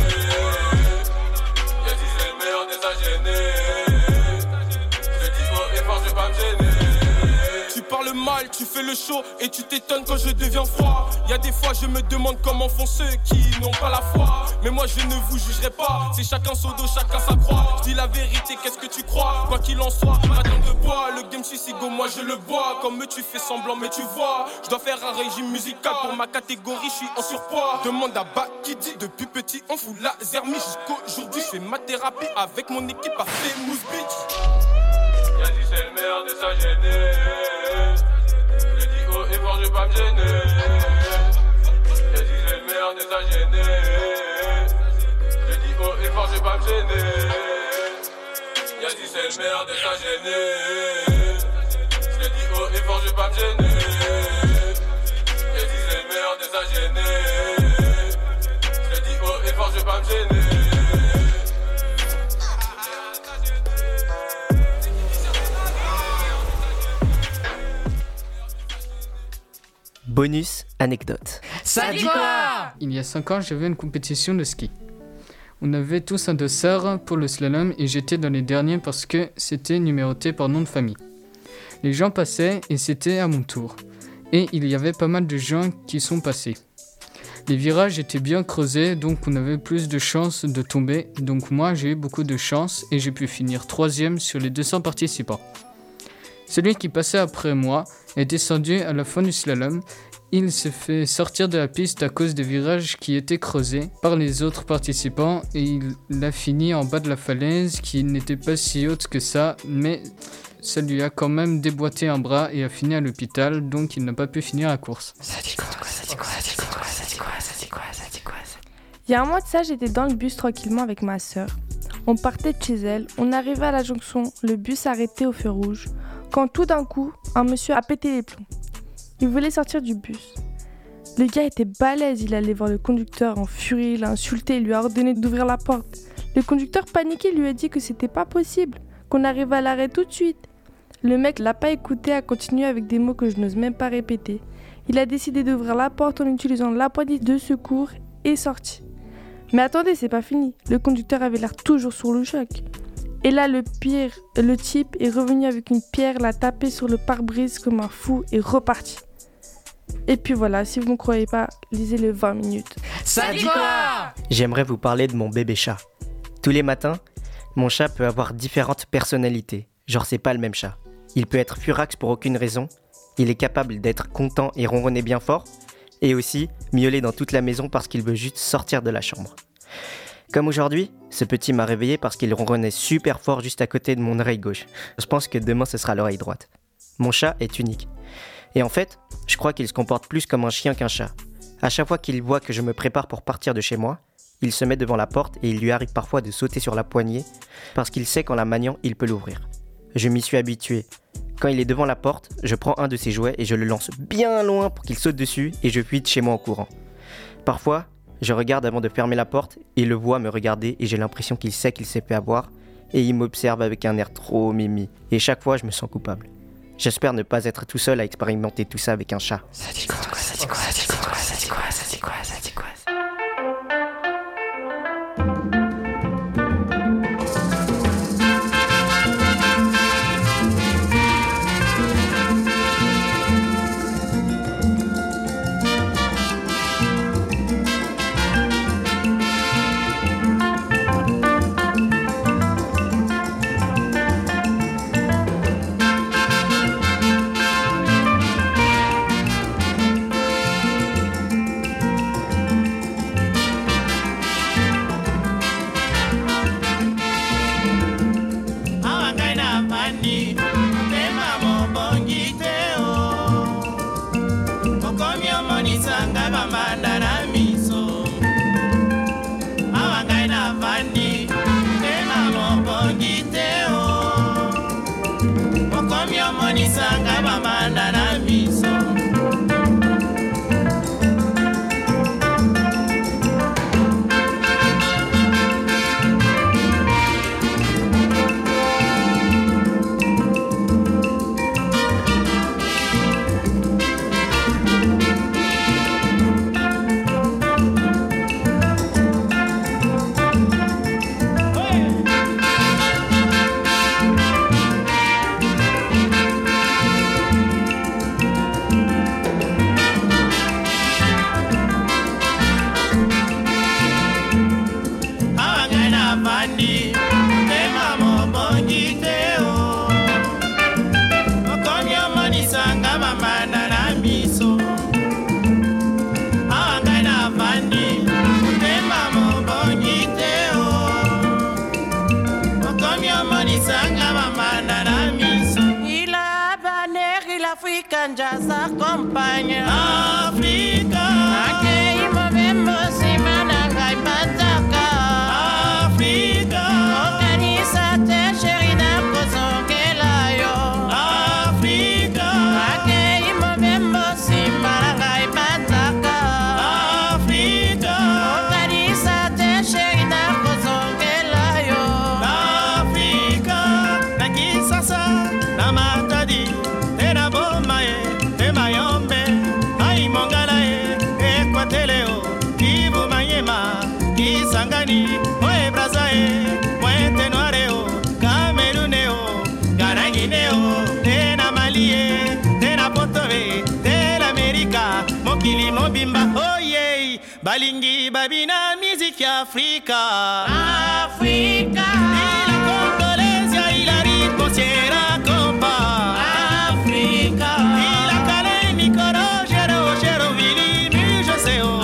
Yazi c'est le meilleur de sa gênée. Je le dis haut et fort, je vais pas me gêner. Tu parles mal, tu fais le show et tu t'étonnes quand je deviens froid. Y'a des fois je me demande comment font ceux qui n'ont pas la foi. Mais moi je ne vous jugerai pas, c'est chacun son dos, chacun sa croix. Je dis la vérité, qu'est-ce que tu crois? Quoi qu'il en soit, attends de bois. Le game suicigo, moi je le bois. Comme tu fais semblant mais tu vois, je dois faire un régime musical pour ma catégorie, je suis en surpoids. Demande à Bas qui dit depuis petit on fout la zermie. Jusqu'aujourd'hui je fais ma thérapie avec mon équipe à Famous Beach. Yazi c'est le meilleur de sa gênée. Je dis haut et fort, je vais pas me gêner. Yazi c'est le meilleur de sa gênée. Je dis haut et fort, je vais pas me gêner. Yazi c'est le meilleur de sa gênée. Je le dis haut et fort, je vais pas me gêner. Yazi c'est le meilleur de sa gênée. Je le dis haut et fort, je vais pas me gêner. Bonus anecdote. Ça dit quoi? Il y a cinq ans, j'avais une compétition de ski. On avait tous un dossard pour le slalom et j'étais dans les derniers parce que c'était numéroté par nom de famille. Les gens passaient et c'était à mon tour. Et il y avait pas mal de gens qui sont passés. Les virages étaient bien creusés, donc on avait plus de chances de tomber. Donc moi, j'ai eu beaucoup de chance et j'ai pu finir troisième sur les deux cents participants. Celui qui passait après moi est descendu à la fin du slalom. Il s'est fait sortir de la piste à cause des virages qui étaient creusés par les autres participants et il a fini en bas de la falaise qui n'était pas si haute que ça, mais ça lui a quand même déboîté un bras et a fini à l'hôpital, donc il n'a pas pu finir la course. Ça dit quoi? Ça dit quoi? Ça dit quoi? Ça dit quoi? Ça dit quoi? Ça dit quoi? Il y a un mois de ça, j'étais dans le bus tranquillement avec ma sœur. On partait de chez elle, on arrivait à la jonction, le bus s'arrêtait au feu rouge, quand tout d'un coup, un monsieur a pété les plombs. Il voulait sortir du bus. Le gars était balèze, il allait voir le conducteur en furie, il l'a insulté, il lui a ordonné d'ouvrir la porte. Le conducteur paniqué lui a dit que c'était pas possible, qu'on arrivait à l'arrêt tout de suite. Le mec l'a pas écouté, a continué avec des mots que je n'ose même pas répéter. Il a décidé d'ouvrir la porte en utilisant la poignée de secours et est sorti. Mais attendez, c'est pas fini. Le conducteur avait l'air toujours sous le choc. Et là, le pire, le type est revenu avec une pierre, l'a tapé sur le pare-brise comme un fou et reparti. Et puis voilà, si vous ne croyez pas, lisez le vingt minutes. Ça dit quoi ? J'aimerais vous parler de mon bébé chat. Tous les matins, mon chat peut avoir différentes personnalités. Genre, c'est pas le même chat. Il peut être furax pour aucune raison. Il est capable d'être content et ronronner bien fort. Et aussi miauler dans toute la maison parce qu'il veut juste sortir de la chambre. Comme aujourd'hui, ce petit m'a réveillé parce qu'il ronronnait super fort juste à côté de mon oreille gauche. Je pense que demain ce sera l'oreille droite. Mon chat est unique. Et en fait, je crois qu'il se comporte plus comme un chien qu'un chat. À chaque fois qu'il voit que je me prépare pour partir de chez moi, il se met devant la porte et il lui arrive parfois de sauter sur la poignée parce qu'il sait qu'en la maniant, il peut l'ouvrir. Je m'y suis habitué. Quand il est devant la porte, je prends un de ses jouets et je le lance bien loin pour qu'il saute dessus et je fuis de chez moi en courant. Parfois, je regarde avant de fermer la porte et il le voit me regarder et j'ai l'impression qu'il sait qu'il s'est fait avoir et il m'observe avec un air trop mimi. Et chaque fois, je me sens coupable. J'espère ne pas être tout seul à expérimenter tout ça avec un chat. Ça dit quoi, ça dit quoi, ça dit quoi, ça dit quoi, ça dit quoi, ça dit quoi. Sa compagne Africa Akei movembo simana ngai pataka Africa Organisa te sherina kozongela yo Africa Akei movembo simana ngai pataka Africa Organisa te sherina kozongela yo Africa Nakisasa na matadi tena boma Kisangani, Oe Brazae, Puente Noireo, Cameruneo, Garanguineo, Tena Malie, Tena Potove, Tena America, Mokili Mobimba, Oye, Balingi, Babina, musique Africa, Africa, y la Congolesia, y la Riposiera, compa, Africa, y la Calais, Coro, Jero, Jero, Vili, Mujoseo,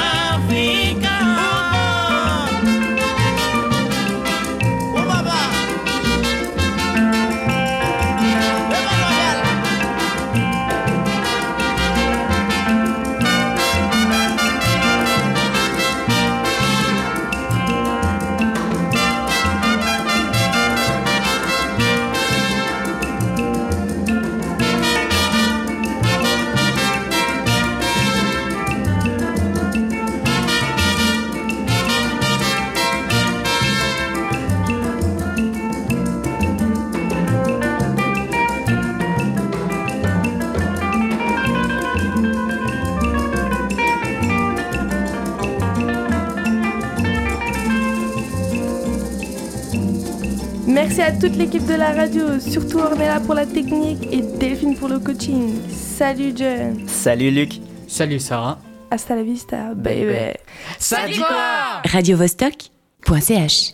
Baba Merci à toute l'équipe de la radio, surtout Ornella pour la technique et Delphine pour le coaching. Salut John. Salut Luc. Salut Sarah. Hasta la vista, baby. Radio Vostok point C H